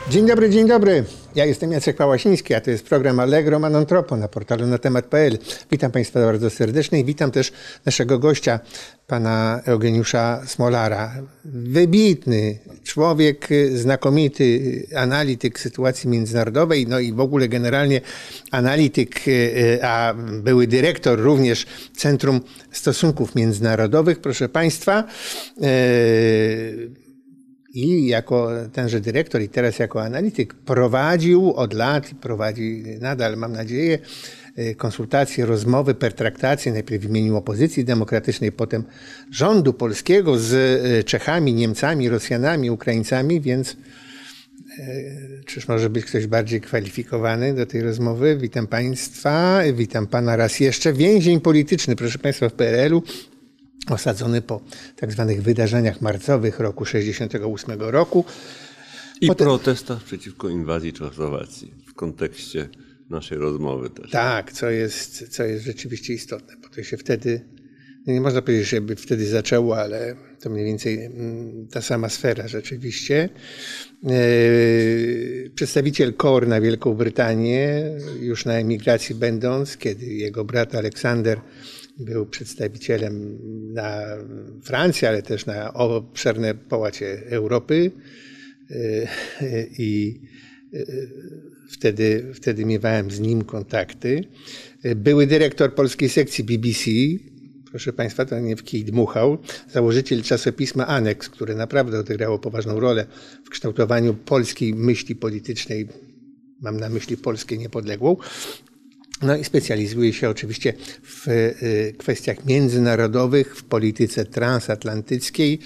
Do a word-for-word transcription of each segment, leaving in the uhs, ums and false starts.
Dzień dobry, dzień dobry. Ja jestem Jacek Pałasiński, a to jest program Allegro ma non troppo na portalu na temat kropka p l. Witam Państwa bardzo serdecznie i witam też naszego gościa, pana Eugeniusza Smolara. Wybitny człowiek, znakomity analityk sytuacji międzynarodowej, no i w ogóle generalnie analityk, a były dyrektor również Centrum Stosunków Międzynarodowych, proszę Państwa. I jako tenże dyrektor i teraz jako analityk prowadził od lat, prowadzi nadal, mam nadzieję, konsultacje, rozmowy, pertraktacje, najpierw w imieniu opozycji demokratycznej, potem rządu polskiego z Czechami, Niemcami, Rosjanami, Ukraińcami, więc czyż może być ktoś bardziej kwalifikowany do tej rozmowy? Witam Państwa, witam Pana raz jeszcze. Więzień polityczny, proszę Państwa, w P R L u. Osadzony po tak zwanych wydarzeniach marcowych roku sześćdziesiątego ósmego roku. I Potem... protestach przeciwko inwazji Czechosłowacji w kontekście naszej rozmowy też. Tak, co jest, co jest rzeczywiście istotne, bo to się wtedy, nie można powiedzieć, żeby wtedy zaczęło, ale to mniej więcej ta sama sfera rzeczywiście. Przedstawiciel K O R na Wielką Brytanię, już na emigracji będąc, kiedy jego brat Aleksander był przedstawicielem na Francji, ale też na obszerne połacie Europy i wtedy, wtedy miewałem z nim kontakty. Były dyrektor polskiej sekcji B B C, proszę Państwa, to nie w kij dmuchał, założyciel czasopisma Aneks, które naprawdę odegrało poważną rolę w kształtowaniu polskiej myśli politycznej, mam na myśli Polskę niepodległą. No i specjalizuje się oczywiście w kwestiach międzynarodowych, w polityce transatlantyckiej,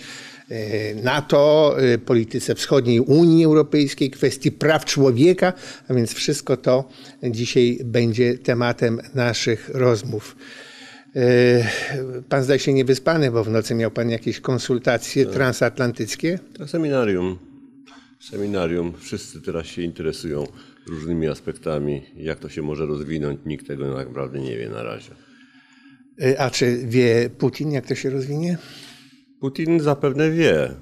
NATO, polityce wschodniej Unii Europejskiej, kwestii praw człowieka, a więc wszystko to dzisiaj będzie tematem naszych rozmów. Pan zdaje się niewyspany, bo w nocy miał Pan jakieś konsultacje tak. transatlantyckie? To seminarium. Seminarium. Wszyscy teraz się interesują różnymi aspektami. Jak to się może rozwinąć, nikt tego tak naprawdę nie wie na razie. A czy wie Putin, jak to się rozwinie? Putin zapewne wie.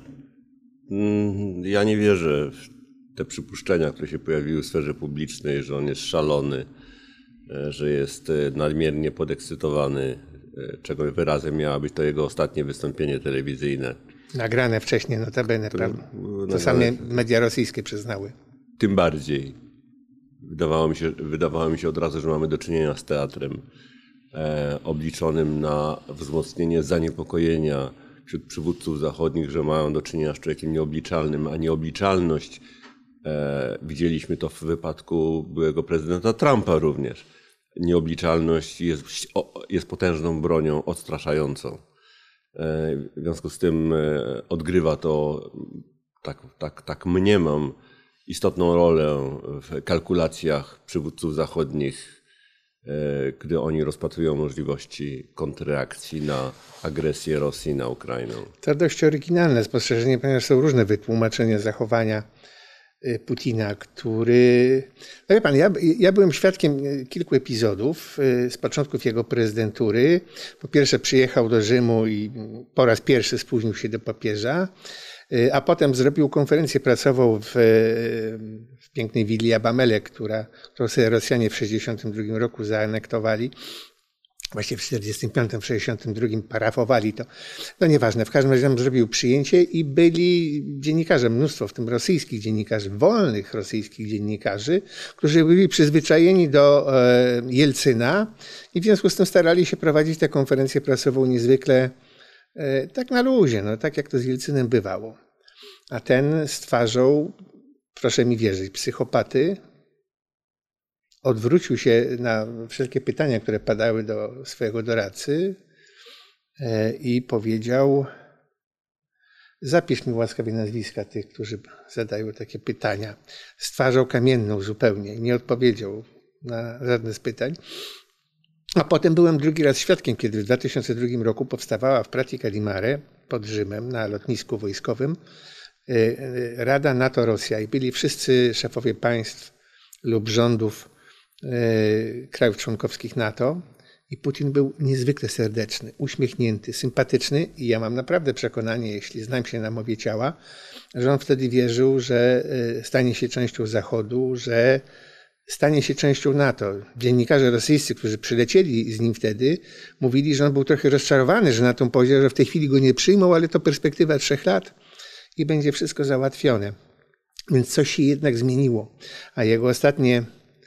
Ja nie wierzę w te przypuszczenia, które się pojawiły w sferze publicznej, że on jest szalony, że jest nadmiernie podekscytowany, czego wyrazem miało być to jego ostatnie wystąpienie telewizyjne. Nagrane wcześniej notabene, prawda? To same media rosyjskie przyznały. Tym bardziej. Wydawało mi się, wydawało mi się od razu, że mamy do czynienia z teatrem e, obliczonym na wzmocnienie zaniepokojenia wśród przywódców zachodnich, że mają do czynienia z człowiekiem nieobliczalnym, a nieobliczalność e, widzieliśmy to w wypadku byłego prezydenta Trumpa również. Nieobliczalność jest, jest potężną bronią odstraszającą. E, w związku z tym e, odgrywa to, tak, tak, tak mniemam, istotną rolę w kalkulacjach przywódców zachodnich, gdy oni rozpatrują możliwości kontrreakcji na agresję Rosji na Ukrainę. To dość oryginalne spostrzeżenie, ponieważ są różne wytłumaczenia zachowania Putina, który... No wie pan, ja, ja byłem świadkiem kilku epizodów z początków jego prezydentury. Po pierwsze przyjechał do Rzymu i po raz pierwszy spóźnił się do papieża, a potem zrobił konferencję prasową w, w pięknej willi Abamelek, która, którą sobie Rosjanie w sześćdziesiątym drugim roku zaanektowali. Właściwie w czterdziestym piątym, w sześćdziesiątym drugim parafowali to. No nieważne, w każdym razie tam zrobił przyjęcie i byli dziennikarze, mnóstwo, w tym rosyjskich dziennikarzy, wolnych rosyjskich dziennikarzy, którzy byli przyzwyczajeni do e, Jelcyna i w związku z tym starali się prowadzić tę konferencję prasową niezwykle e, tak na luzie, no, tak jak to z Jelcynem bywało. A ten z twarzą, proszę mi wierzyć, psychopaty, odwrócił się na wszelkie pytania, które padały do swojego doradcy i powiedział: zapisz mi łaskawie nazwiska tych, którzy zadają takie pytania. Z twarzą kamienną zupełnie. Nie odpowiedział na żadne z pytań. A potem byłem drugi raz świadkiem, kiedy w dwa tysiące drugim roku powstawała w Prati Calimare pod Rzymem na lotnisku wojskowym Rada NATO-Rosja i byli wszyscy szefowie państw lub rządów krajów członkowskich NATO I Putin był niezwykle serdeczny, uśmiechnięty, sympatyczny i ja mam naprawdę przekonanie, jeśli znam się na mowie ciała, że on wtedy wierzył, że stanie się częścią Zachodu, że stanie się częścią NATO. Dziennikarze rosyjscy, którzy przylecieli z nim wtedy, mówili, że on był trochę rozczarowany, że NATO powiedział, że w tej chwili go nie przyjmą, ale to perspektywa trzech lat i będzie wszystko załatwione. Więc coś się jednak zmieniło. A jego ostatnie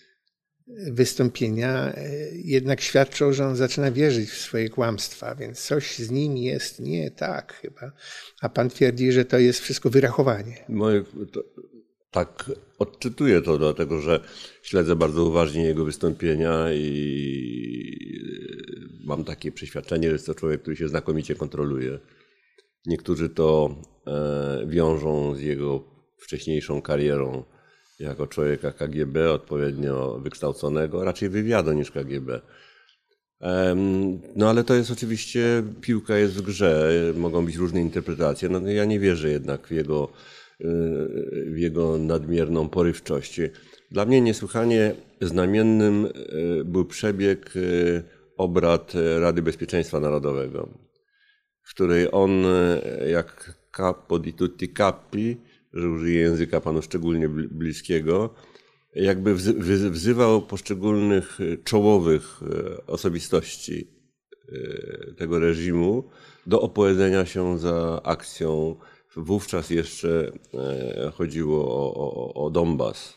wystąpienia jednak świadczą, że on zaczyna wierzyć w swoje kłamstwa, więc coś z nim jest nie tak chyba. A pan twierdzi, że to jest wszystko wyrachowanie. Moje, to, tak odczytuję to, dlatego że śledzę bardzo uważnie jego wystąpienia i mam takie przeświadczenie, że jest to człowiek, który się znakomicie kontroluje. Niektórzy to e, wiążą z jego wcześniejszą karierą jako człowieka K G B, odpowiednio wykształconego, raczej wywiadu niż K G B. No ale to jest oczywiście, piłka jest w grze, mogą być różne interpretacje. No ja nie wierzę jednak w jego, w jego nadmierną porywczość. Dla mnie niesłychanie znamiennym był przebieg obrad Rady Bezpieczeństwa Narodowego, w której on jak capo di tutti capi, że użyję języka panu szczególnie bliskiego, jakby wzywał poszczególnych czołowych osobistości tego reżimu do opowiedzenia się za akcją. Wówczas jeszcze chodziło o, o, o Donbas,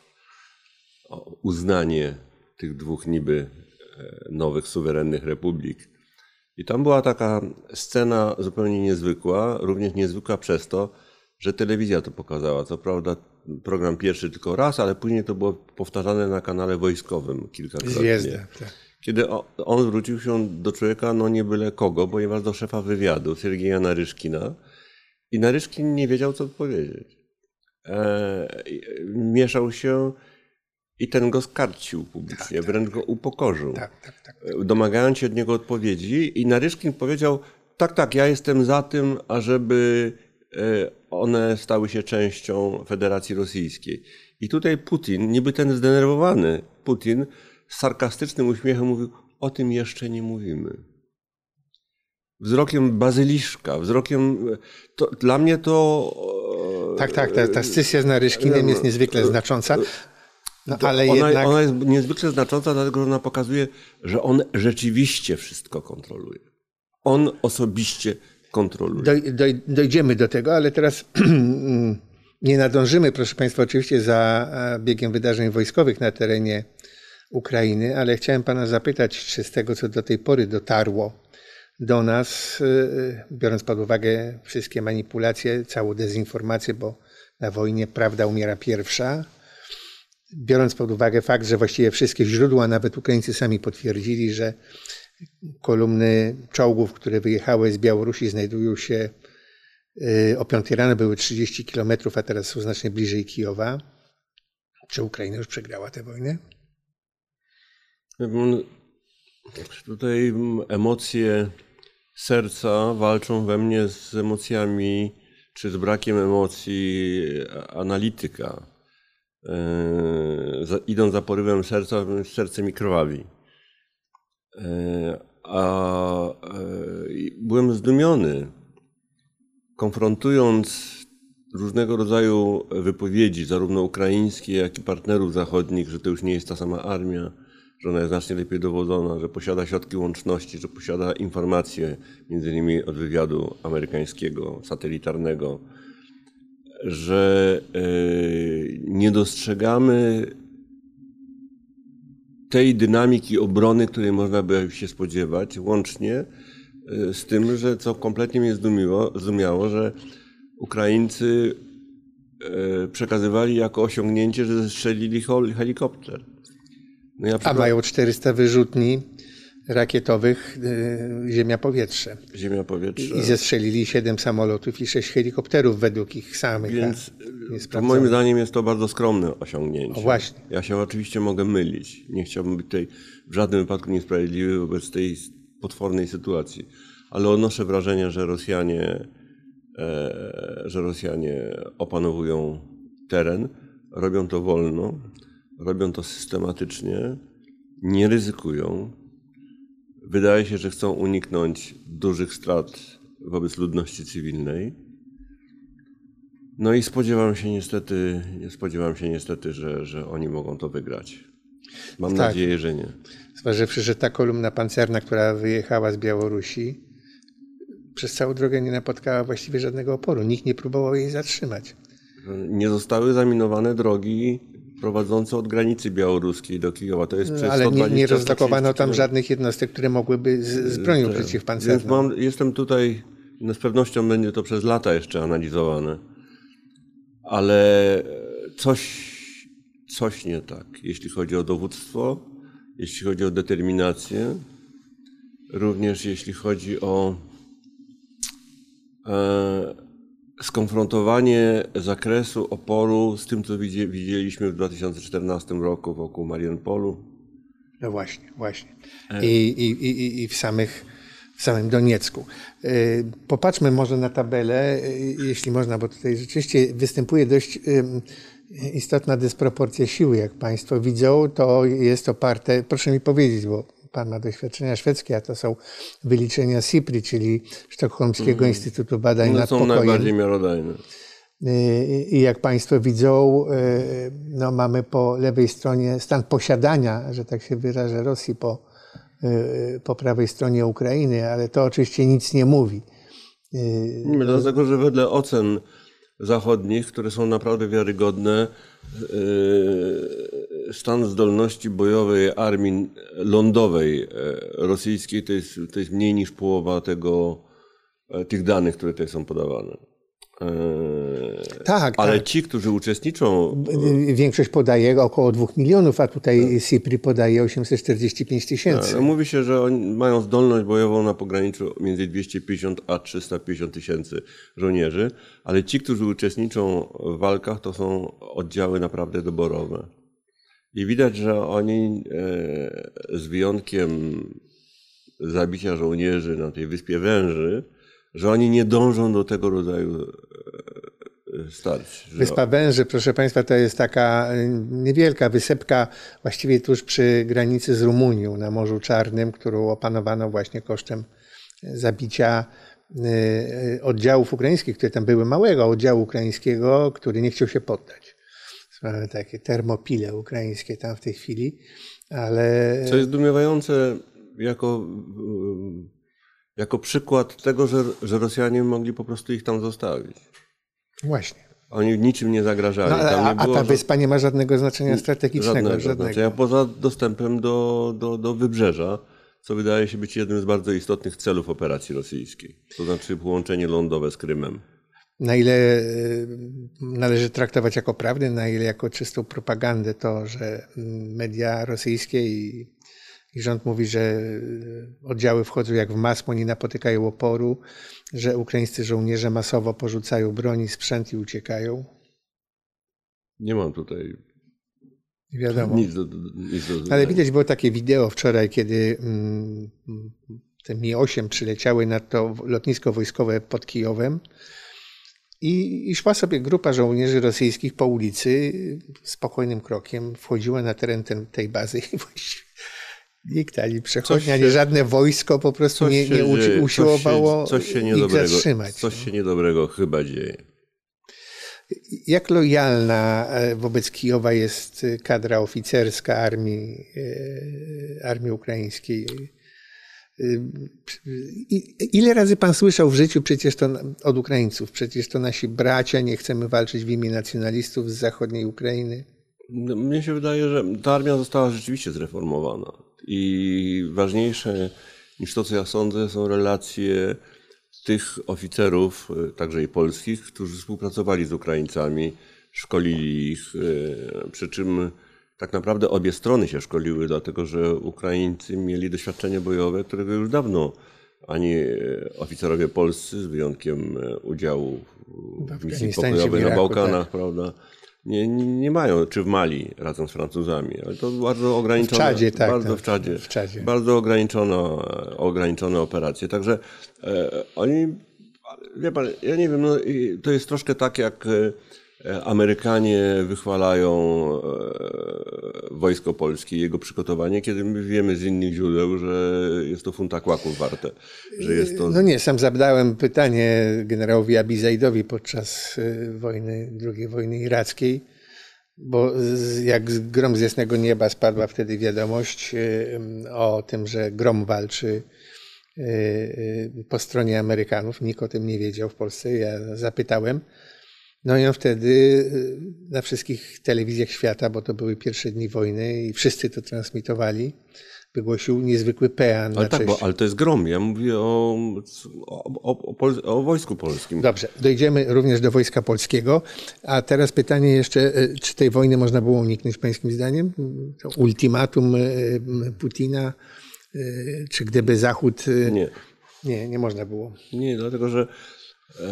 o uznanie tych dwóch niby nowych, suwerennych republik. I tam była taka scena zupełnie niezwykła, również niezwykła przez to, że telewizja to pokazała. Co prawda program pierwszy tylko raz, ale później to było powtarzane na kanale wojskowym kilkakrotnie. Zwiezda, tak. Kiedy on zwrócił się do człowieka, no nie byle kogo, ponieważ do szefa wywiadu, Siergieja Naryszkina, i Naryszkin nie wiedział, co odpowiedzieć. E, mieszał się i ten go skarcił publicznie, tak, wręcz tak, go upokorzył, tak, tak, tak. domagając się od niego odpowiedzi. I Naryszkin powiedział, tak, tak, ja jestem za tym, ażeby one stały się częścią Federacji Rosyjskiej. I tutaj Putin, niby ten zdenerwowany Putin, z sarkastycznym uśmiechem mówił, o tym jeszcze nie mówimy. Wzrokiem bazyliszka, wzrokiem... To, dla mnie to... Tak, tak, ta, ta scysja z Naryszkinem jest niezwykle znacząca. No, ale ona, jednak... ona jest niezwykle znacząca, dlatego że ona pokazuje, że on rzeczywiście wszystko kontroluje. On osobiście kontroluje. Doj, doj, dojdziemy do tego, ale teraz nie nadążymy, proszę Państwa, oczywiście za biegiem wydarzeń wojskowych na terenie Ukrainy, ale chciałem Pana zapytać, czy z tego, co do tej pory dotarło do nas, biorąc pod uwagę wszystkie manipulacje, całą dezinformację, bo na wojnie prawda umiera pierwsza, biorąc pod uwagę fakt, że właściwie wszystkie źródła, nawet Ukraińcy sami potwierdzili, że kolumny czołgów, które wyjechały z Białorusi, znajdują się o piątej rano, były trzydzieści kilometrów, a teraz są znacznie bliżej Kijowa. Czy Ukraina już przegrała tę wojnę? Tutaj emocje serca walczą we mnie z emocjami, czy z brakiem emocji analityka. Idąc za porywem serca, serce mi krwawi. A byłem zdumiony, konfrontując różnego rodzaju wypowiedzi, zarówno ukraińskie, jak i partnerów zachodnich, że to już nie jest ta sama armia, że ona jest znacznie lepiej dowodzona, że posiada środki łączności, że posiada informacje, między innymi od wywiadu amerykańskiego, satelitarnego, że nie dostrzegamy tej dynamiki obrony, której można by się spodziewać, łącznie z tym, że co kompletnie mnie zdumiło, zdumiało, że Ukraińcy przekazywali jako osiągnięcie, że zestrzelili helikopter. No ja A mają czterysta wyrzutni rakietowych ziemia-powietrze. Ziemia-powietrze. I zestrzelili siedem samolotów i sześć helikopterów według ich samych. Więc to moim zdaniem jest to bardzo skromne osiągnięcie. O właśnie. Ja się oczywiście mogę mylić. Nie chciałbym być tutaj w żadnym wypadku niesprawiedliwy wobec tej potwornej sytuacji. Ale odnoszę wrażenie, że Rosjanie, e, że Rosjanie opanowują teren, robią to wolno, robią to systematycznie, nie ryzykują. wydaje się, że chcą uniknąć dużych strat wobec ludności cywilnej. No i spodziewam się niestety, spodziewam się niestety, że, że oni mogą to wygrać. Mam tak. nadzieję, że nie. Zważywszy, że ta kolumna pancerna, która wyjechała z Białorusi, przez całą drogę nie napotkała właściwie żadnego oporu. Nikt nie próbował jej zatrzymać. Nie zostały zaminowane drogi prowadzące od granicy białoruskiej do Kijowa. To jest przez Ale nie, nie sto rozdokowano tam żadnych jednostek, które mogłyby z, z bronią Te, przeciwpancerną. Więc mam, jestem tutaj, no z pewnością będzie to przez lata jeszcze analizowane, ale coś, coś nie tak, jeśli chodzi o dowództwo, jeśli chodzi o determinację, również jeśli chodzi o e, skonfrontowanie zakresu oporu z tym, co widzieliśmy w dwa tysiące czternastym roku wokół Mariupolu. No właśnie, właśnie. I, i, i, i w, samych, w samym Doniecku. Popatrzmy może na tabelę, jeśli można, bo tutaj rzeczywiście występuje dość istotna dysproporcja siły, jak Państwo widzą. To jest oparte, proszę mi powiedzieć, bo Pan ma doświadczenia szwedzkie, a to są wyliczenia S I P R I, czyli Sztokholmskiego mm. Instytutu Badań no, nad są Pokojem. Najbardziej miarodajne. I jak Państwo widzą, no mamy po lewej stronie stan posiadania, że tak się wyrażę, Rosji po, po prawej stronie Ukrainy, ale to oczywiście nic nie mówi. Nie, dlatego, że wedle ocen zachodnich, które są naprawdę wiarygodne, stan zdolności bojowej armii lądowej rosyjskiej to jest, to jest mniej niż połowa tego, tych danych, które tutaj są podawane. Tak, ale tak. ci, którzy uczestniczą... Większość podaje około dwóch milionów, a tutaj S I P R I podaje osiemset czterdzieści pięć tysięcy. Tak, mówi się, że oni mają zdolność bojową na pograniczu między dwieście pięćdziesiąt a trzysta pięćdziesiąt tysięcy żołnierzy, ale ci, którzy uczestniczą w walkach, to są oddziały naprawdę doborowe. I widać, że oni z wyjątkiem zabicia żołnierzy na tej Wyspie Węży, że oni nie dążą do tego rodzaju starć. Wyspa Węży, proszę Państwa, to jest taka niewielka wysepka właściwie tuż przy granicy z Rumunią na Morzu Czarnym, którą opanowano właśnie kosztem zabicia oddziałów ukraińskich, które tam były, małego oddziału ukraińskiego, który nie chciał się poddać. Mamy takie termopile ukraińskie tam w tej chwili, ale... Co jest zdumiewające jako... Jako przykład tego, że, że Rosjanie mogli po prostu ich tam zostawić. Właśnie. Oni niczym nie zagrażali. No, ale, tam nie a, było, a ta wyspa nie ma żadnego znaczenia strategicznego. Żadnego, żadnego. Znaczenia, poza dostępem do, do, do wybrzeża, co wydaje się być jednym z bardzo istotnych celów operacji rosyjskiej. To znaczy połączenie lądowe z Krymem. Na ile należy traktować jako prawdę, na ile jako czystą propagandę to, że media rosyjskie i I rząd mówi, że oddziały wchodzą jak w masło, nie napotykają oporu, że ukraińscy żołnierze masowo porzucają broń i sprzęt i uciekają. Nie mam tutaj nie wiadomo. nic do, nic do Ale widać było takie wideo wczoraj, kiedy mm, te Mi osiem przyleciały na to lotnisko wojskowe pod Kijowem i, i szła sobie grupa żołnierzy rosyjskich po ulicy spokojnym krokiem, wchodziła na teren ten, tej bazy i właściwie nikt ani przechodnia, ani żadne wojsko po prostu nie, nie dzieje, usiłowało coś się, coś się ich zatrzymać. Coś się niedobrego chyba dzieje. Jak lojalna wobec Kijowa jest kadra oficerska armii, armii ukraińskiej? Ile razy pan słyszał w życiu przecież to od Ukraińców? Przecież to nasi bracia, nie chcemy walczyć w imię nacjonalistów z zachodniej Ukrainy. No, mnie się wydaje, że ta armia została rzeczywiście zreformowana. I ważniejsze niż to, co ja sądzę, są relacje tych oficerów, także i polskich, którzy współpracowali z Ukraińcami, szkolili ich, przy czym tak naprawdę obie strony się szkoliły, dlatego że Ukraińcy mieli doświadczenie bojowe, którego już dawno ani oficerowie polscy, z wyjątkiem udziału w misji pokojowej na Bałkanach, tak. prawda, Nie, nie mają, czy w Mali razem z Francuzami, ale to bardzo ograniczone, w Czadzie, tak, bardzo tak, w Czadzie, w Czadzie. bardzo ograniczone, ograniczone operacje. Także e, oni, wie pan, ja nie wiem, no, to jest troszkę tak jak Amerykanie wychwalają Wojsko Polskie i jego przygotowanie, kiedy my wiemy z innych źródeł, że jest to funta kłaków warte. Że jest to... No nie, sam zadałem pytanie generałowi Abizajdowi podczas wojny, drugiej wojny irackiej, bo jak grom z jasnego nieba spadła wtedy wiadomość o tym, że grom walczy po stronie Amerykanów. Nikt o tym nie wiedział w Polsce. Ja zapytałem. No i on wtedy na wszystkich telewizjach świata, bo to były pierwsze dni wojny i wszyscy to transmitowali, wygłosił niezwykły pean. Ale na tak, cześć. bo, ale to jest grom. Ja mówię o, o, o, o, o Wojsku Polskim. Dobrze, dojdziemy również do Wojska Polskiego. A teraz pytanie jeszcze, czy tej wojny można było uniknąć pańskim zdaniem? To ultimatum Putina, czy gdyby Zachód... Nie. Nie, nie można było. Nie, dlatego że e,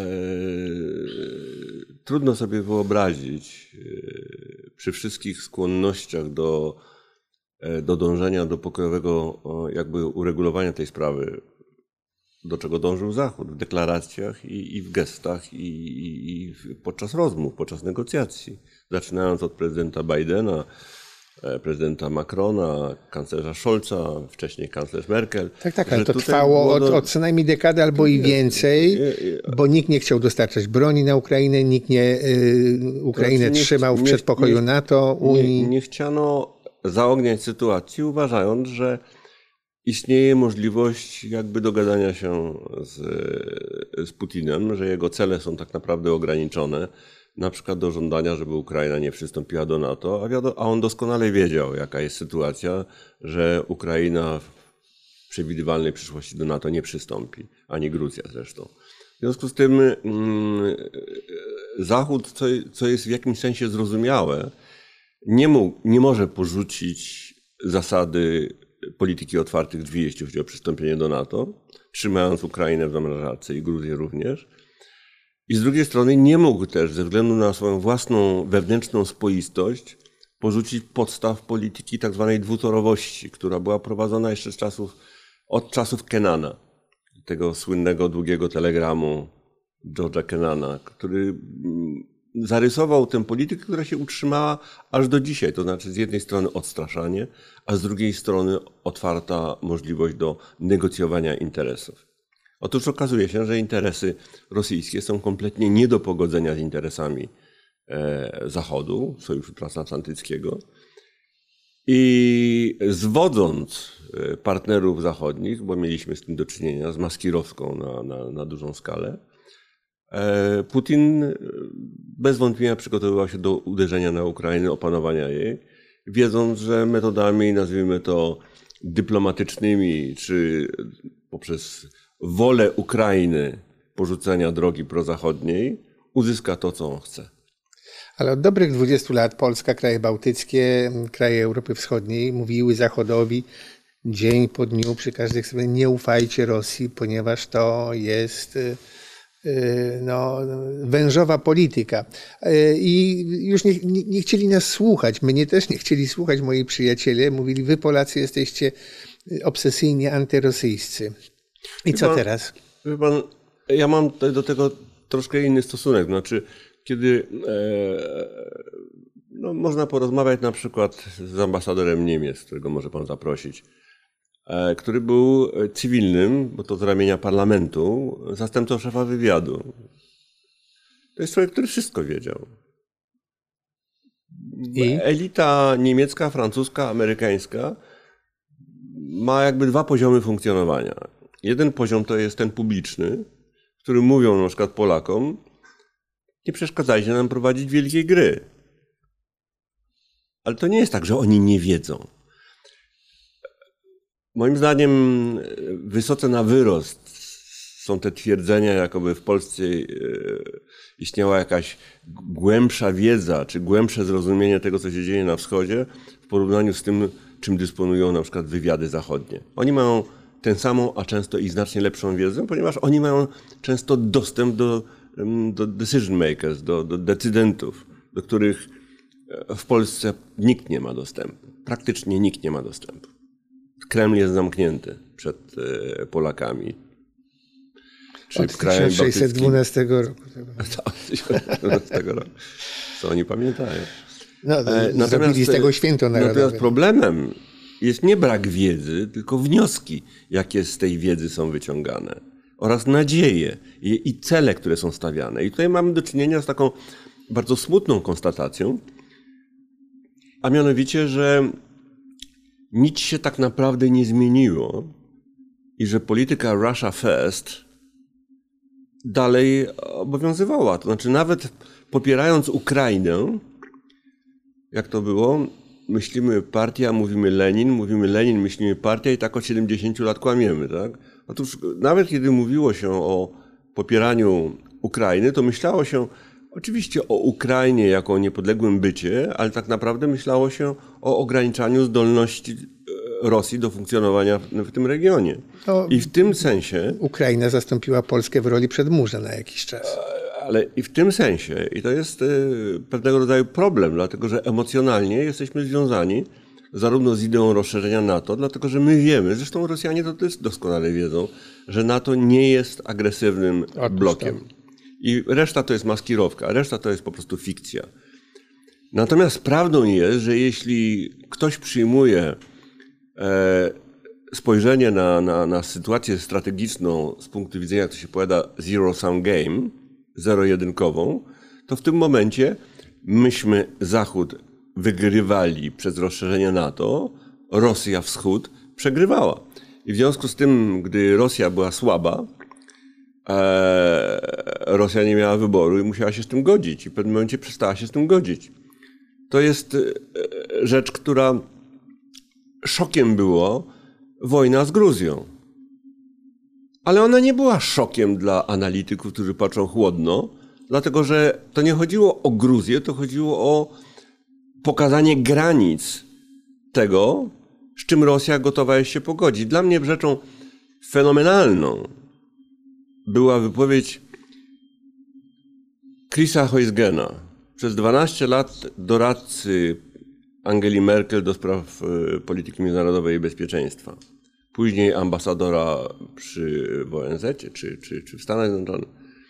trudno sobie wyobrazić e, przy wszystkich skłonnościach do, e, do dążenia do pokojowego o, jakby uregulowania tej sprawy, do czego dążył Zachód w deklaracjach i, i w gestach i, i, i podczas rozmów, podczas negocjacji. Zaczynając od prezydenta Bidena, prezydenta Macrona, kanclerza Scholza, wcześniej kanclerz Merkel. Tak, tak, ale to trwało od, od co najmniej dekady albo i więcej, bo nikt nie chciał dostarczać broni na Ukrainę, nikt nie y, Ukrainę znaczy nie, trzymał w nie, przedpokoju nie, NATO, Unii. Nie, nie chciano zaogniać sytuacji, uważając, że istnieje możliwość jakby dogadania się z, z Putinem, że jego cele są tak naprawdę ograniczone, na przykład do żądania, żeby Ukraina nie przystąpiła do NATO, a, wiadomo, a on doskonale wiedział, jaka jest sytuacja, że Ukraina w przewidywalnej przyszłości do NATO nie przystąpi, ani Gruzja zresztą. W związku z tym mm, Zachód, co, co jest w jakimś sensie zrozumiałe, nie, mógł, nie może porzucić zasady polityki otwartych drzwi, jeśli chodzi o przystąpienie do NATO, trzymając Ukrainę w zamrażarce i Gruzję również. I z drugiej strony nie mógł też, ze względu na swoją własną wewnętrzną spoistość, porzucić podstaw polityki tak zwanej dwutorowości, która była prowadzona jeszcze z czasów, od czasów Kennana, tego słynnego długiego telegramu George'a Kennana, który zarysował tę politykę, która się utrzymała aż do dzisiaj. To znaczy z jednej strony odstraszanie, a z drugiej strony otwarta możliwość do negocjowania interesów. Otóż okazuje się, że interesy rosyjskie są kompletnie nie do pogodzenia z interesami Zachodu, Sojuszu Transatlantyckiego. I zwodząc partnerów zachodnich, bo mieliśmy z tym do czynienia, z maskirowską na, na, na dużą skalę, Putin bez wątpienia przygotowywał się do uderzenia na Ukrainę, opanowania jej, wiedząc, że metodami, nazwijmy to dyplomatycznymi, czy poprzez wolę Ukrainy porzucenia drogi prozachodniej, uzyska to, co on chce. Ale od dobrych dwudziestu lat Polska, kraje bałtyckie, kraje Europy Wschodniej mówiły Zachodowi dzień po dniu przy każdej sprawie: nie ufajcie Rosji, ponieważ to jest no, wężowa polityka. I już nie, nie, nie chcieli nas słuchać. Mnie też nie chcieli słuchać moi przyjaciele. Mówili: wy Polacy jesteście obsesyjnie antyrosyjscy. I co pan, teraz? Wie pan, ja mam do tego troszkę inny stosunek. Znaczy, kiedy e, no, można porozmawiać na przykład z ambasadorem Niemiec, którego może pan zaprosić, e, który był cywilnym, bo to z ramienia parlamentu, zastępcą szefa wywiadu. To jest człowiek, który wszystko wiedział. I? Elita niemiecka, francuska, amerykańska ma jakby dwa poziomy funkcjonowania. Jeden poziom to jest ten publiczny, w którym mówią na przykład Polakom: nie przeszkadzajcie nam prowadzić wielkiej gry. Ale to nie jest tak, że oni nie wiedzą. Moim zdaniem wysoce na wyrost są te twierdzenia, jakoby w Polsce istniała jakaś głębsza wiedza, czy głębsze zrozumienie tego, co się dzieje na wschodzie, w porównaniu z tym, czym dysponują na przykład wywiady zachodnie. Oni mają tę samą, a często i znacznie lepszą wiedzę, ponieważ oni mają często dostęp do, do decision makers, do, do decydentów, do których w Polsce nikt nie ma dostępu. Praktycznie nikt nie ma dostępu. Kreml jest zamknięty przed Polakami. Czy Od tysiąc sześćset dwunastego roku. Tak, tysiąc sześćset dwunastego roku. co oni pamiętają. No, e, zrobili z tego święto narodowe. Natomiast problemem jest nie brak wiedzy, tylko wnioski, jakie z tej wiedzy są wyciągane. Oraz nadzieje i, i cele, które są stawiane. I tutaj mamy do czynienia z taką bardzo smutną konstatacją, a mianowicie, że nic się tak naprawdę nie zmieniło i że polityka Russia First dalej obowiązywała. To znaczy nawet popierając Ukrainę, jak to było, myślimy partia, mówimy Lenin, mówimy Lenin, myślimy partia i tak od siedemdziesięciu lat kłamiemy, tak? Otóż nawet kiedy mówiło się o popieraniu Ukrainy, to myślało się oczywiście o Ukrainie jako o niepodległym bycie, ale tak naprawdę myślało się o ograniczaniu zdolności Rosji do funkcjonowania w tym regionie. No, I w tym sensie... Ukraina zastąpiła Polskę w roli przedmurza na jakiś czas. Ale i w tym sensie, i to jest pewnego rodzaju problem, dlatego że emocjonalnie jesteśmy związani zarówno z ideą rozszerzenia NATO, dlatego że my wiemy, zresztą Rosjanie to też doskonale wiedzą, że NATO nie jest agresywnym Otóż blokiem. tam. I reszta to jest maskirowka, reszta to jest po prostu fikcja. Natomiast prawdą jest, że jeśli ktoś przyjmuje e, spojrzenie na, na, na sytuację strategiczną z punktu widzenia, jak to się powiada, zero-sum game, zero-jedynkową, to w tym momencie myśmy Zachód wygrywali przez rozszerzenie NATO, Rosja Wschód przegrywała. I w związku z tym, gdy Rosja była słaba, e, Rosja nie miała wyboru i musiała się z tym godzić. I w pewnym momencie przestała się z tym godzić. To jest rzecz, która szokiem było wojna z Gruzją. Ale ona nie była szokiem dla analityków, którzy patrzą chłodno, dlatego że to nie chodziło o Gruzję, to chodziło o pokazanie granic tego, z czym Rosja gotowa jest się pogodzić. Dla mnie rzeczą fenomenalną była wypowiedź Chrisa Heusgena, przez dwanaście lat doradcy Angeli Merkel do spraw polityki międzynarodowej i bezpieczeństwa. Później ambasadora przy w O N Z czy, czy, czy w Stanach Zjednoczonych.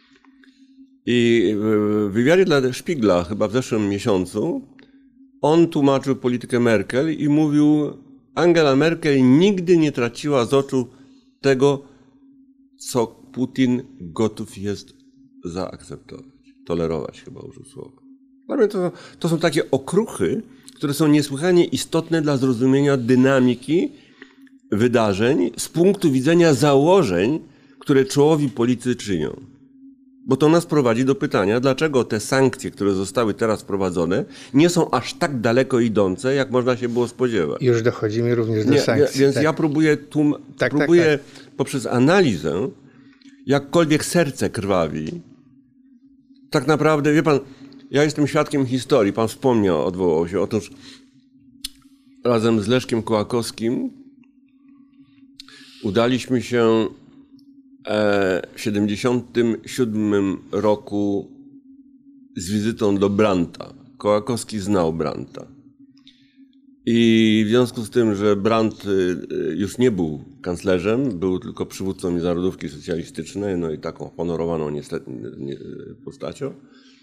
I w wywiadzie dla Spiegla chyba w zeszłym miesiącu on tłumaczył politykę Merkel i mówił, Angela Merkel nigdy nie traciła z oczu tego, co Putin gotów jest zaakceptować. Tolerować chyba użył słowa. Dla mnie to, to są takie okruchy, które są niesłychanie istotne dla zrozumienia dynamiki wydarzeń z punktu widzenia założeń, które czołowi politycy czynią. Bo to nas prowadzi do pytania, dlaczego te sankcje, które zostały teraz wprowadzone, nie są aż tak daleko idące, jak można się było spodziewać. Już dochodzimy również do nie, sankcji. Więc tak. ja próbuję, tłum- tak, próbuję tak, tak. poprzez analizę, jakkolwiek serce krwawi, tak naprawdę, wie pan, ja jestem świadkiem historii, pan wspomniał, odwołał się, otóż razem z Leszkiem Kołakowskim udaliśmy się w siedemdziesiątym siódmym roku z wizytą do Brandta. Kołakowski znał Brandta. I w związku z tym, że Brandt już nie był kanclerzem, był tylko przywódcą Międzynarodówki Socjalistycznej, no i taką honorowaną niestety postacią,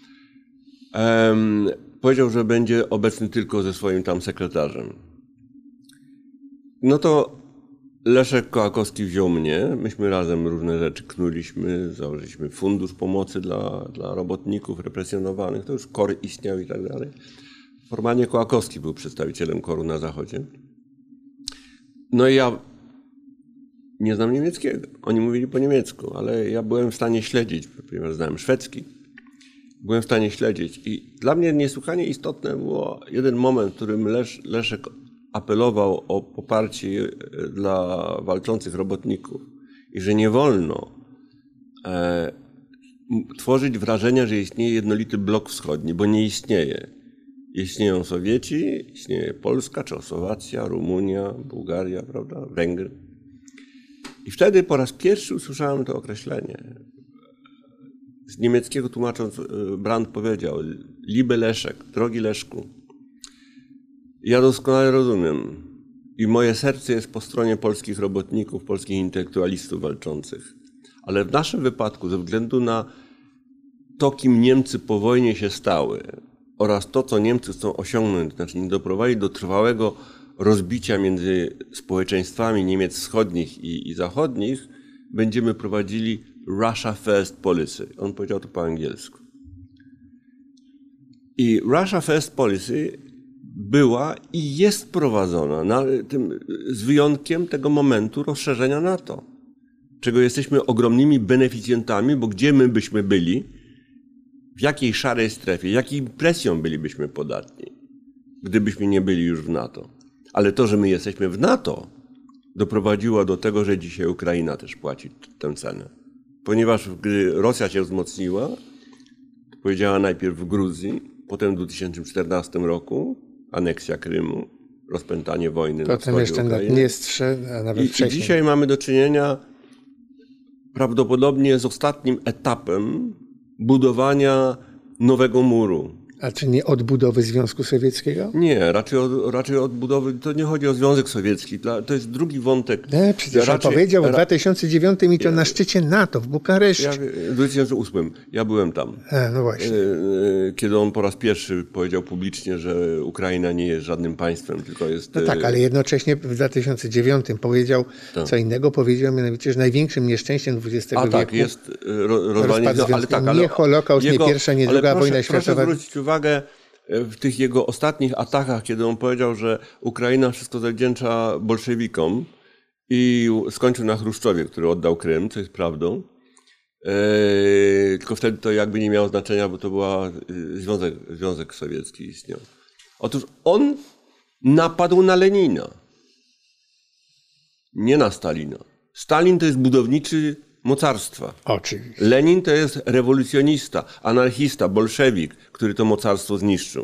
um, powiedział, że będzie obecny tylko ze swoim tam sekretarzem. No to Leszek Kołakowski wziął mnie, myśmy razem różne rzeczy knuliśmy, założyliśmy fundusz pomocy dla, dla robotników represjonowanych, to już K O R istniał i tak dalej. Formalnie Kołakowski był przedstawicielem K O R-u na Zachodzie. No i ja nie znam niemieckiego, oni mówili po niemiecku, ale ja byłem w stanie śledzić, ponieważ znałem szwedzki, byłem w stanie śledzić i dla mnie niesłychanie istotne było jeden moment, w którym Lesz, Leszek apelował o poparcie dla walczących robotników i że nie wolno e, tworzyć wrażenia, że istnieje jednolity blok wschodni, bo nie istnieje. Istnieją Sowieci, istnieje Polska, Czechosłowacja, Rumunia, Bułgaria, prawda, Węgry. I wtedy po raz pierwszy usłyszałem to określenie. Z niemieckiego tłumacząc, Brandt powiedział, Liebe Leszek, drogi Leszku, ja doskonale rozumiem i moje serce jest po stronie polskich robotników, polskich intelektualistów walczących. Ale w naszym wypadku, ze względu na to, kim Niemcy po wojnie się stały oraz to, co Niemcy chcą osiągnąć, znaczy nie doprowadzić do trwałego rozbicia między społeczeństwami Niemiec wschodnich i, i zachodnich, będziemy prowadzili Russia First Policy. On powiedział to po angielsku. I Russia First Policy była i jest prowadzona na tym, z wyjątkiem tego momentu rozszerzenia NATO, czego jesteśmy ogromnymi beneficjentami, bo gdzie my byśmy byli, w jakiej szarej strefie, jakiej presją bylibyśmy podatni, gdybyśmy nie byli już w NATO. Ale to, że my jesteśmy w NATO, doprowadziło do tego, że dzisiaj Ukraina też płaci tę cenę. Ponieważ gdy Rosja się wzmocniła, powiedziała najpierw w Gruzji, potem w dwa tysiące czternastym roku aneksja Krymu, rozpętanie wojny na wschodzie jeszcze Ukrainy. na Dniestrze, a nawet I, wcześniej. I dzisiaj mamy do czynienia prawdopodobnie z ostatnim etapem budowania nowego muru. A czy nie odbudowy Związku Sowieckiego? Nie, raczej, od, raczej odbudowy, to nie chodzi o Związek Sowiecki, to jest drugi wątek. Nie, przecież raczej, on powiedział w ra, dwa tysiące dziewiątym i to ja, na szczycie NATO w Bukareszcie. Ja, w dwa tysiące ósmym, ja byłem tam. A, no właśnie. Kiedy on po raz pierwszy powiedział publicznie, że Ukraina nie jest żadnym państwem, tylko jest... No tak, ale jednocześnie w dwa tysiące dziewiątym powiedział tak. co innego, powiedział mianowicie, że największym nieszczęściem dwudziestego A wieku tak, jest rozwalenie, no, ale tak, ale nie Holokaust, jego, nie pierwsza, nie druga proszę, wojna światowa. Proszę zwrócić uwagę w tych jego ostatnich atakach, kiedy on powiedział, że Ukraina wszystko zawdzięcza bolszewikom i skończył na Chruszczowie, który oddał Krym, co jest prawdą. Eee, tylko wtedy to jakby nie miało znaczenia, bo to była Związek, Związek Sowiecki istniał. Otóż on napadł na Lenina, nie na Stalina. Stalin to jest budowniczy mocarstwa. Oczywiście. Lenin to jest rewolucjonista, anarchista, bolszewik, który to mocarstwo zniszczył.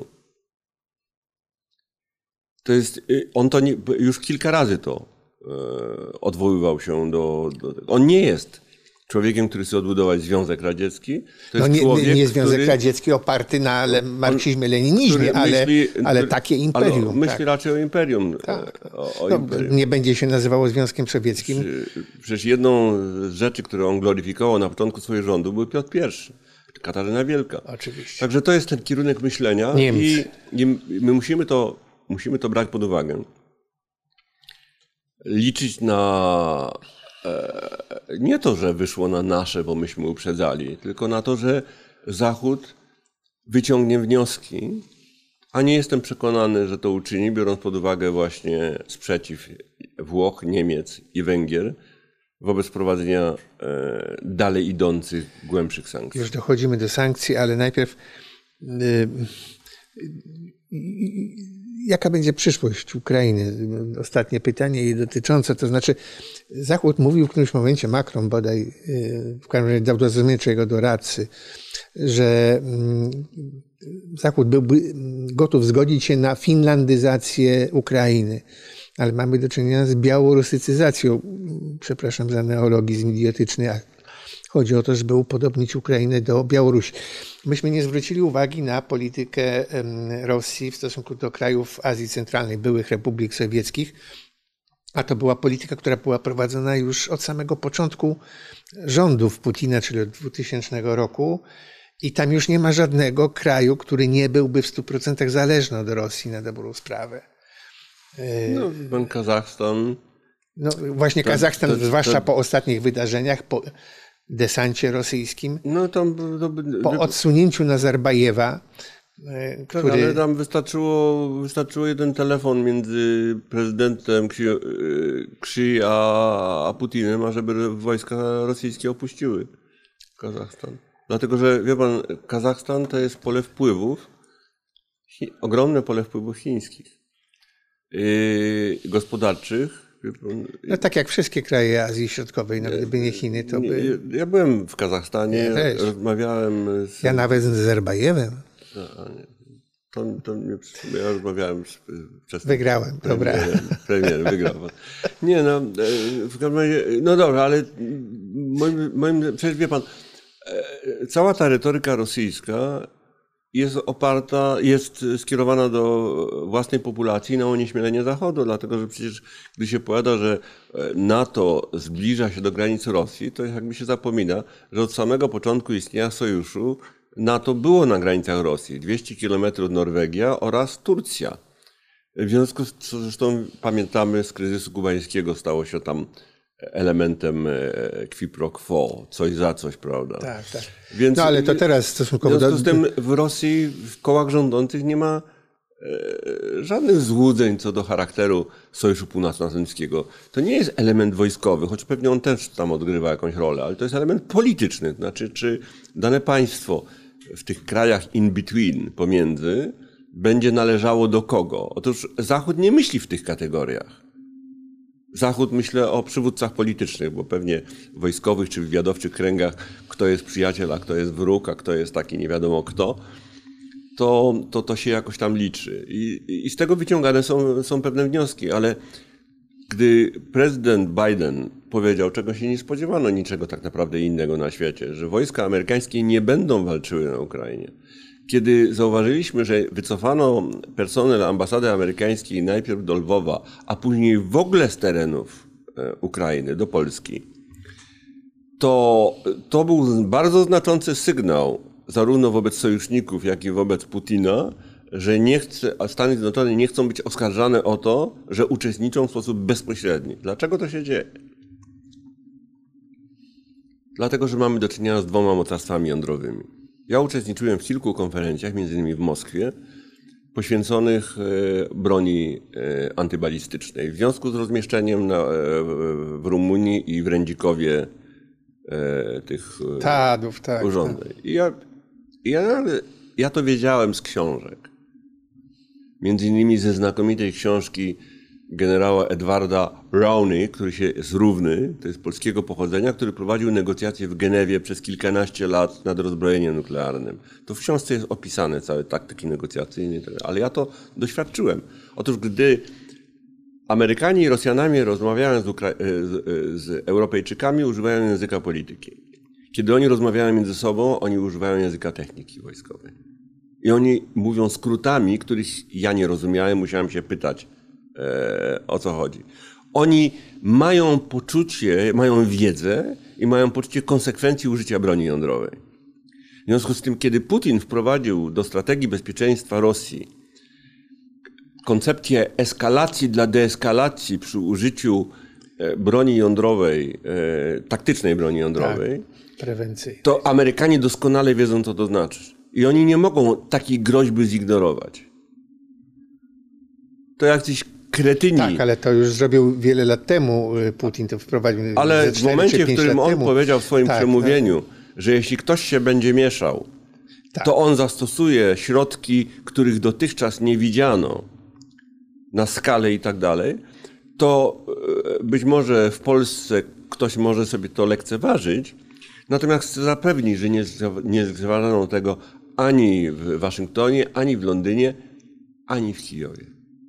To jest, on to nie, już kilka razy to e, odwoływał się do, do... On nie jest człowiekiem, który chce odbudować Związek Radziecki. To jest no nie, człowiek, nie Związek który, Radziecki oparty na marksizmie, leninizmie, ale, myśli, ale który, takie imperium. Ale myśli tak. raczej o imperium. Tak. O, o no, imperium. Nie będzie się nazywało Związkiem Sowieckim. Przecież jedną z rzeczy, które on gloryfikował na początku swojego rządu, był Piotr Pierwszy, Katarzyna Wielka. Oczywiście. Także to jest ten kierunek myślenia i, i my musimy to, musimy to brać pod uwagę. Liczyć na e, nie to, że wyszło na nasze, bo myśmy uprzedzali, tylko na to, że Zachód wyciągnie wnioski, a nie jestem przekonany, że to uczyni, biorąc pod uwagę właśnie sprzeciw Włoch, Niemiec i Węgier wobec wprowadzenia e, dalej idących, głębszych sankcji. Już dochodzimy do sankcji, ale najpierw y, y, jaka będzie przyszłość Ukrainy? Ostatnie pytanie jej dotyczące, to znaczy Zachód mówił w którymś momencie, Macron bodaj, y, w każdym razie dał do zrozumienia jego doradcy, że y, Zachód byłby gotów zgodzić się na finlandyzację Ukrainy. Ale mamy do czynienia z białorusycyzacją. Przepraszam za neologizm idiotyczny, a chodzi o to, żeby upodobnić Ukrainę do Białorusi. Myśmy nie zwrócili uwagi na politykę Rosji w stosunku do krajów Azji Centralnej, byłych republik sowieckich, a to była polityka, która była prowadzona już od samego początku rządów Putina, czyli od dwutysięcznego roku. I tam już nie ma żadnego kraju, który nie byłby w stu procentach zależny od Rosji na dobrą sprawę. No, ten Kazachstan. No właśnie to, Kazachstan, to, to, zwłaszcza po ostatnich wydarzeniach, po desancie rosyjskim, no tam, to, po odsunięciu Nazarbajewa, tak, który... ale tam wystarczyło, wystarczyło jeden telefon między prezydentem Xi a, a Putinem, ażeby wojska rosyjskie opuściły Kazachstan. Dlatego, że wie pan, Kazachstan to jest pole wpływów, chi, ogromne pole wpływów chińskich. Yy, gospodarczych. No tak jak wszystkie kraje Azji Środkowej, no gdyby nie Chiny, to by... Ja, ja byłem w Kazachstanie, ja rozmawiałem z... Ja nawet z Nazarbajewem. To, to nie, ja rozmawiałem z... z Wygrałem, dobra. Premier wygrał. Nie no, w każdym razie, no dobra, ale moim, moim, przecież wie pan, cała ta retoryka rosyjska jest oparta, jest skierowana do własnej populacji na onieśmielenie Zachodu, dlatego że przecież gdy się powiada, że NATO zbliża się do granic Rosji, to jakby się zapomina, że od samego początku istnienia sojuszu NATO było na granicach Rosji, dwieście kilometrów Norwegia oraz Turcja. W związku z co zresztą pamiętamy z kryzysu kubańskiego stało się tam elementem qui pro quo, coś za coś, prawda? Tak, tak. Więc no ale to teraz stosunkowo... W związku z tym w Rosji w kołach rządzących nie ma żadnych złudzeń co do charakteru Sojuszu Północnoatlantyckiego. To nie jest element wojskowy, choć pewnie on też tam odgrywa jakąś rolę, ale to jest element polityczny. Znaczy, czy dane państwo w tych krajach in between, pomiędzy, będzie należało do kogo? Otóż Zachód nie myśli w tych kategoriach. Zachód myślę o przywódcach politycznych, bo pewnie w wojskowych czy wywiadowczych kręgach kto jest przyjaciel, a kto jest wróg, a kto jest taki nie wiadomo kto. To, to, to się jakoś tam liczy. I, i z tego wyciągane są, są pewne wnioski, ale gdy prezydent Biden powiedział, czego się nie spodziewano, niczego tak naprawdę innego na świecie, że wojska amerykańskie nie będą walczyły na Ukrainie, kiedy zauważyliśmy, że wycofano personel ambasady amerykańskiej najpierw do Lwowa, a później w ogóle z terenów Ukrainy do Polski, to to był bardzo znaczący sygnał zarówno wobec sojuszników, jak i wobec Putina, że nie chce, a Stany Zjednoczone nie chcą być oskarżane o to, że uczestniczą w sposób bezpośredni. Dlaczego to się dzieje? Dlatego, że mamy do czynienia z dwoma mocarstwami jądrowymi. Ja uczestniczyłem w kilku konferencjach, między innymi w Moskwie, poświęconych broni antybalistycznej. W związku z rozmieszczeniem na, w Rumunii i w Rędzikowie tych Tadów, tak, urządzeń. I ja, ja, ja to wiedziałem z książek. Między innymi ze znakomitej książki generała Edwarda Rowney, który się jest równy, to jest polskiego pochodzenia, który prowadził negocjacje w Genewie przez kilkanaście lat nad rozbrojeniem nuklearnym. To w książce jest opisane całe taktyki negocjacyjne, ale ja to doświadczyłem. Otóż gdy Amerykanie i Rosjanami rozmawiają z, Ukra- z, z Europejczykami, używają języka polityki. Kiedy oni rozmawiają między sobą, oni używają języka techniki wojskowej. I oni mówią skrótami, których ja nie rozumiałem, musiałem się pytać, e, o co chodzi. Oni mają poczucie, mają wiedzę i mają poczucie konsekwencji użycia broni jądrowej. W związku z tym, kiedy Putin wprowadził do strategii bezpieczeństwa Rosji koncepcję eskalacji dla deeskalacji przy użyciu broni jądrowej, e, taktycznej broni jądrowej, tak, prewencyjnej, to Amerykanie doskonale wiedzą, co to znaczy. I oni nie mogą takiej groźby zignorować. To jacyś kretyni. Tak, ale to już zrobił wiele lat temu Putin, to wprowadził. Ale w momencie, w którym on temu. powiedział w swoim tak, przemówieniu, tak. że jeśli ktoś się będzie mieszał, tak. to on zastosuje środki, których dotychczas nie widziano na skalę i tak dalej, to być może w Polsce ktoś może sobie to lekceważyć, natomiast chcę zapewnić, że nie, nie zauważano tego ani w Waszyngtonie, ani w Londynie, ani w Kijowie.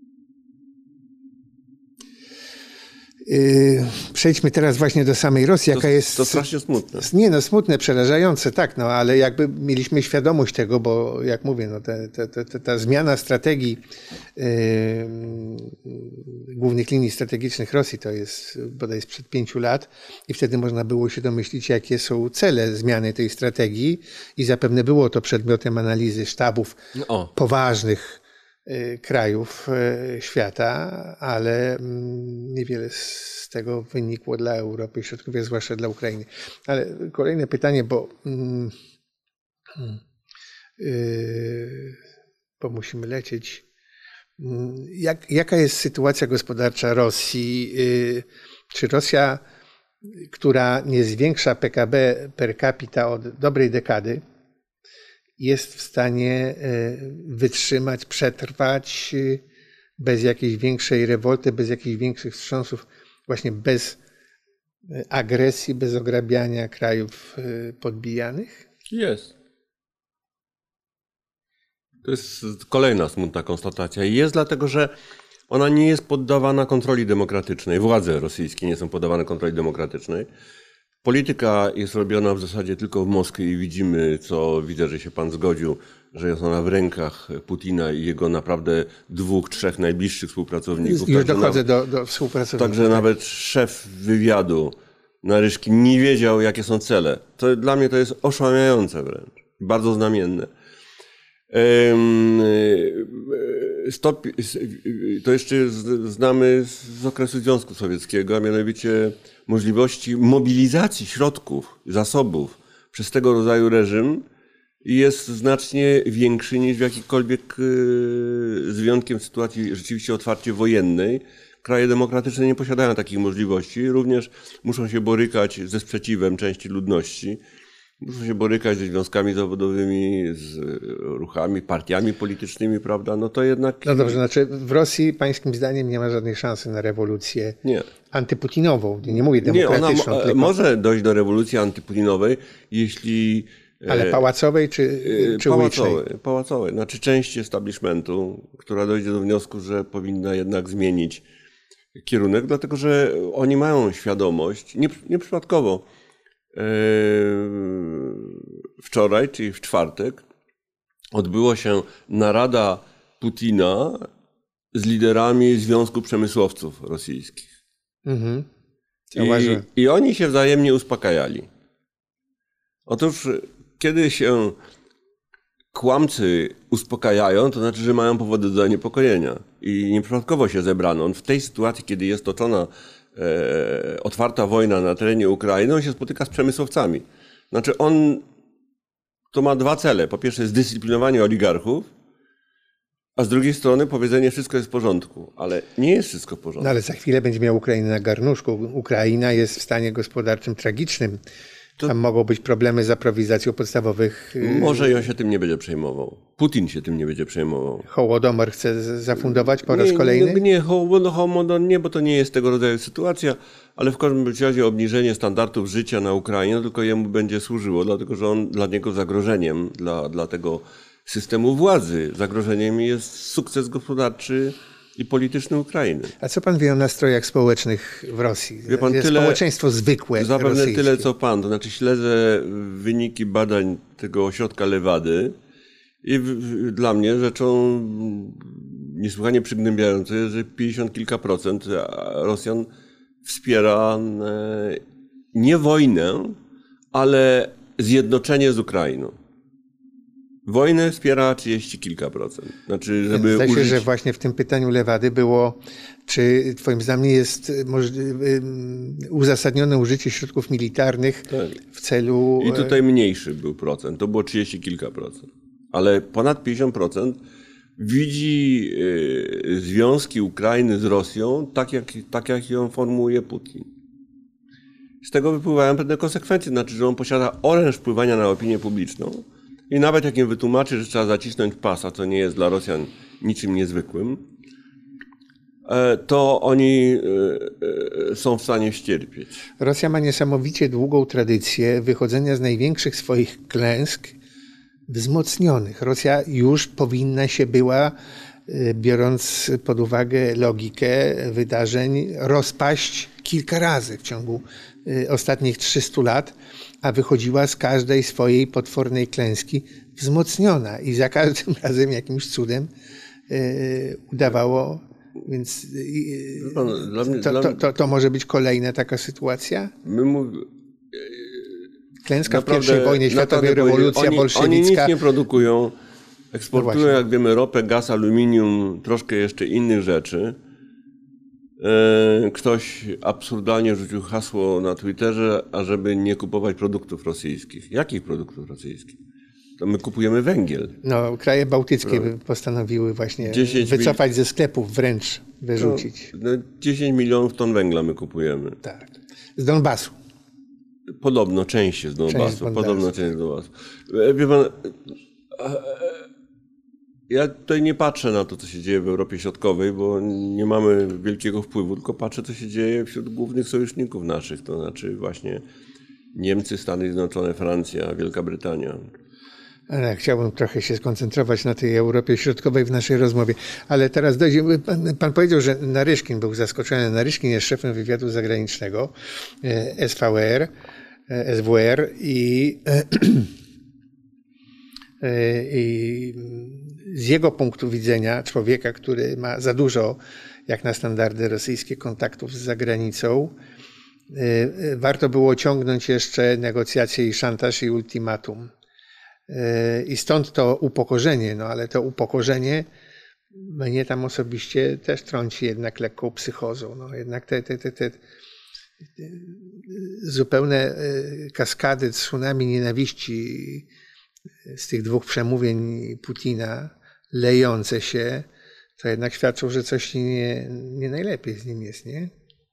Yy, przejdźmy teraz właśnie do samej Rosji, to, jaka jest... To strasznie smutne. Nie no, smutne, przerażające, tak, no ale jakby mieliśmy świadomość tego, bo jak mówię, no te, te, te, ta zmiana strategii yy, głównych linii strategicznych Rosji to jest bodaj sprzed pięciu lat i wtedy można było się domyślić, jakie są cele zmiany tej strategii i zapewne było to przedmiotem analizy sztabów no. poważnych krajów świata, ale niewiele z tego wynikło dla Europy Środkowej, zwłaszcza dla Ukrainy. Ale kolejne pytanie, bo, bo musimy lecieć. Jak, jaka jest sytuacja gospodarcza Rosji? Czy Rosja, która nie zwiększa P K B per capita od dobrej dekady, jest w stanie wytrzymać, przetrwać bez jakiejś większej rewolty, bez jakichś większych wstrząsów, właśnie bez agresji, bez ograbiania krajów podbijanych? Jest. To jest kolejna smutna konstatacja. I jest dlatego, że ona nie jest poddawana kontroli demokratycznej. Władze rosyjskie nie są poddawane kontroli demokratycznej. Polityka jest robiona w zasadzie tylko w Moskwie i widzimy, co widzę, że się pan zgodził, że jest ona w rękach Putina i jego naprawdę dwóch, trzech najbliższych współpracowników. Już dochodzę do, do współpracowników. Także tak. Nawet szef wywiadu Naryszkin nie wiedział, jakie są cele. To dla mnie to jest oszałamiające wręcz. bardzo znamienne. Stop, to jeszcze znamy z okresu Związku Sowieckiego, a mianowicie możliwości mobilizacji środków, zasobów przez tego rodzaju reżim jest znacznie większy niż w jakikolwiek, z wyjątkiem sytuacji rzeczywiście otwarcie wojennej. Kraje demokratyczne nie posiadają takich możliwości, również muszą się borykać ze sprzeciwem części ludności. Muszą się borykać ze związkami zawodowymi, z ruchami, partiami politycznymi, prawda? No to jednak... No dobrze, znaczy w Rosji pańskim zdaniem nie ma żadnej szansy na rewolucję nie. antyputinową. Nie mówię demokratyczną. Nie, ona tylko... może dojść do rewolucji antyputinowej, jeśli... Ale pałacowej czy, czy pałacowej, ulicznej? Pałacowej. Znaczy część establishmentu, która dojdzie do wniosku, że powinna jednak zmienić kierunek, dlatego że oni mają świadomość, nie, nieprzypadkowo, wczoraj, czyli w czwartek, odbyła się narada Putina z liderami Związku Przemysłowców Rosyjskich. Mhm. I, I oni się wzajemnie uspokajali. Otóż, kiedy się kłamcy uspokajają, to znaczy, że mają powody do zaniepokojenia. I nieprzypadkowo się zebrano. On w tej sytuacji, kiedy jest toczona e, otwarta wojna na terenie Ukrainy, on się spotyka z przemysłowcami. Znaczy on to ma dwa cele. Po pierwsze zdyscyplinowanie oligarchów, a z drugiej strony powiedzenie, wszystko jest w porządku. Ale nie jest wszystko w porządku. No ale za chwilę będzie miał Ukrainę na garnuszku. Ukraina jest w stanie gospodarczym tragicznym. To... Tam mogą być problemy z aprowizacją podstawowych... Może i on się tym nie będzie przejmował. Putin się tym nie będzie przejmował. Hołodomor chce zafundować po raz kolejny? Nie, nie, Hołodomor nie, bo to nie jest tego rodzaju sytuacja, ale w każdym razie obniżenie standardów życia na Ukrainie tylko jemu będzie służyło, dlatego że on dla niego zagrożeniem, dla, dla tego systemu władzy, zagrożeniem jest sukces gospodarczy i polityczny Ukrainy. A co pan wie o nastrojach społecznych w Rosji? Wie pan, tyle, społeczeństwo zwykłe zapewne rosyjskie. Tyle co pan, to znaczy śledzę wyniki badań tego ośrodka Lewady i w, w, dla mnie rzeczą niesłychanie przygnębiającą jest, że pięćdziesiąt kilka procent Rosjan wspiera e, nie wojnę, ale zjednoczenie z Ukrainą. Wojnę wspiera trzydzieści kilka procent. Znaczy, żeby Zdaje się, użyć... że właśnie w tym pytaniu Lewady było, czy twoim zdaniem jest uzasadnione użycie środków militarnych tak. w celu... I tutaj mniejszy był procent, to było trzydzieści kilka procent. Ale ponad pięćdziesiąt procent widzi związki Ukrainy z Rosją tak, jak, tak jak ją formułuje Putin. Z tego wypływają pewne konsekwencje, znaczy, że on posiada oręż wpływania na opinię publiczną. I nawet jak im wytłumaczy, że trzeba zacisnąć pasa, co nie jest dla Rosjan niczym niezwykłym, to oni są w stanie ścierpieć. Rosja ma niesamowicie długą tradycję wychodzenia z największych swoich klęsk wzmocnionych. Rosja już powinna się była, biorąc pod uwagę logikę wydarzeń, rozpaść kilka razy w ciągu ostatnich trzystu lat, a wychodziła z każdej swojej potwornej klęski wzmocniona i za każdym razem jakimś cudem y, udawało, więc y, pan, dla mnie, to, to, to, to może być kolejna taka sytuacja? My mów... Klęska naprawdę, w pierwszej wojnie światowej, rewolucja oni, bolszewicka. Oni nic nie produkują, eksportują, no jak wiemy, ropę, gaz, aluminium, troszkę jeszcze innych rzeczy. Ktoś absurdalnie rzucił hasło na Twitterze, ażeby nie kupować produktów rosyjskich. Jakich produktów rosyjskich? To my kupujemy węgiel. No, kraje bałtyckie no. postanowiły właśnie wycofać ze sklepów, wręcz wyrzucić. No, no dziesięć milionów ton węgla my kupujemy. Tak. Z Donbasu. Podobno część jest z Donbasu. Część z Donbasu. Podobno część z Donbasu. Wie pan, ja tutaj nie patrzę na to, co się dzieje w Europie Środkowej, bo nie mamy wielkiego wpływu, tylko patrzę, co się dzieje wśród głównych sojuszników naszych, to znaczy właśnie Niemcy, Stany Zjednoczone, Francja, Wielka Brytania. Ale chciałbym trochę się skoncentrować na tej Europie Środkowej w naszej rozmowie. Ale teraz dojdzie, pan, pan powiedział, że Naryszkin był zaskoczony. Naryszkin jest szefem wywiadu zagranicznego S V R, S W R i, i z jego punktu widzenia, człowieka, który ma za dużo, jak na standardy rosyjskie, kontaktów z zagranicą, warto było ciągnąć jeszcze negocjacje i szantaż i ultimatum. I stąd to upokorzenie, no ale to upokorzenie mnie tam osobiście też trąci jednak lekką psychozą. No, jednak te, te, te, te zupełne kaskady, tsunami nienawiści z tych dwóch przemówień Putina lejące się, to jednak świadczą, że coś nie, nie najlepiej z nim jest, nie?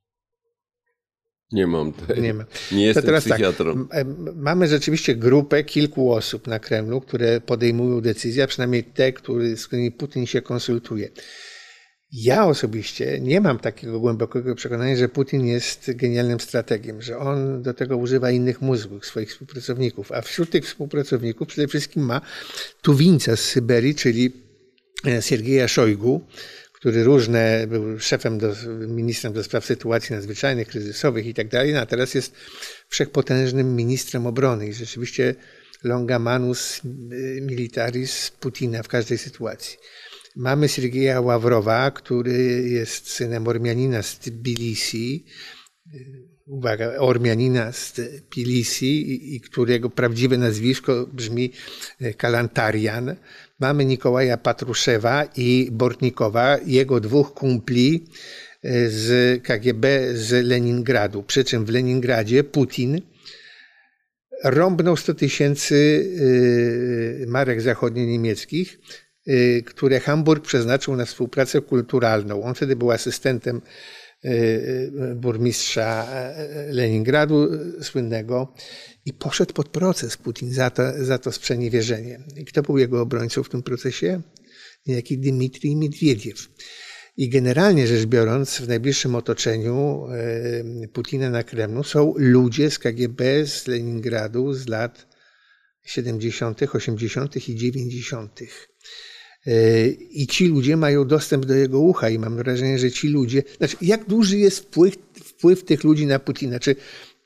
Nie mam tej. Nie, ma. nie jestem to teraz psychiatrą. Tak, mamy rzeczywiście grupę kilku osób na Kremlu, które podejmują decyzje, a przynajmniej te, który, z którymi Putin się konsultuje. Ja osobiście nie mam takiego głębokiego przekonania, że Putin jest genialnym strategiem, że on do tego używa innych mózgów, swoich współpracowników, a wśród tych współpracowników przede wszystkim ma Tuwinca z Syberii, czyli Siergieja Szojgu, który różne, był szefem, do, ministrem do spraw sytuacji nadzwyczajnych, kryzysowych i tak dalej, no a teraz jest wszechpotężnym ministrem obrony i rzeczywiście longa manus militaris Putina w każdej sytuacji. Mamy Siergieja Ławrowa, który jest synem Ormianina z Tbilisi, uwaga, Ormianina z Tbilisi i, i którego prawdziwe nazwisko brzmi Kalantarian. Mamy Nikołaja Patruszewa i Bortnikowa, jego dwóch kumpli z K G B z Leningradu. Przy czym w Leningradzie Putin rąbnął sto tysięcy marek zachodnio-niemieckich, które Hamburg przeznaczył na współpracę kulturalną. On wtedy był asystentem burmistrza Leningradu słynnego i poszedł pod proces Putin za to, za to sprzeniewierzenie. I kto był jego obrońcą w tym procesie? Niejaki Dmitrij Miedwiediew. I generalnie rzecz biorąc, w najbliższym otoczeniu Putina na Kremlu są ludzie z K G B, z Leningradu z lat siedemdziesiątych, osiemdziesiątych i dziewięćdziesiątych. I ci ludzie mają dostęp do jego ucha i mam wrażenie, że ci ludzie... Znaczy, jak duży jest wpływ, wpływ tych ludzi na Putina? Czy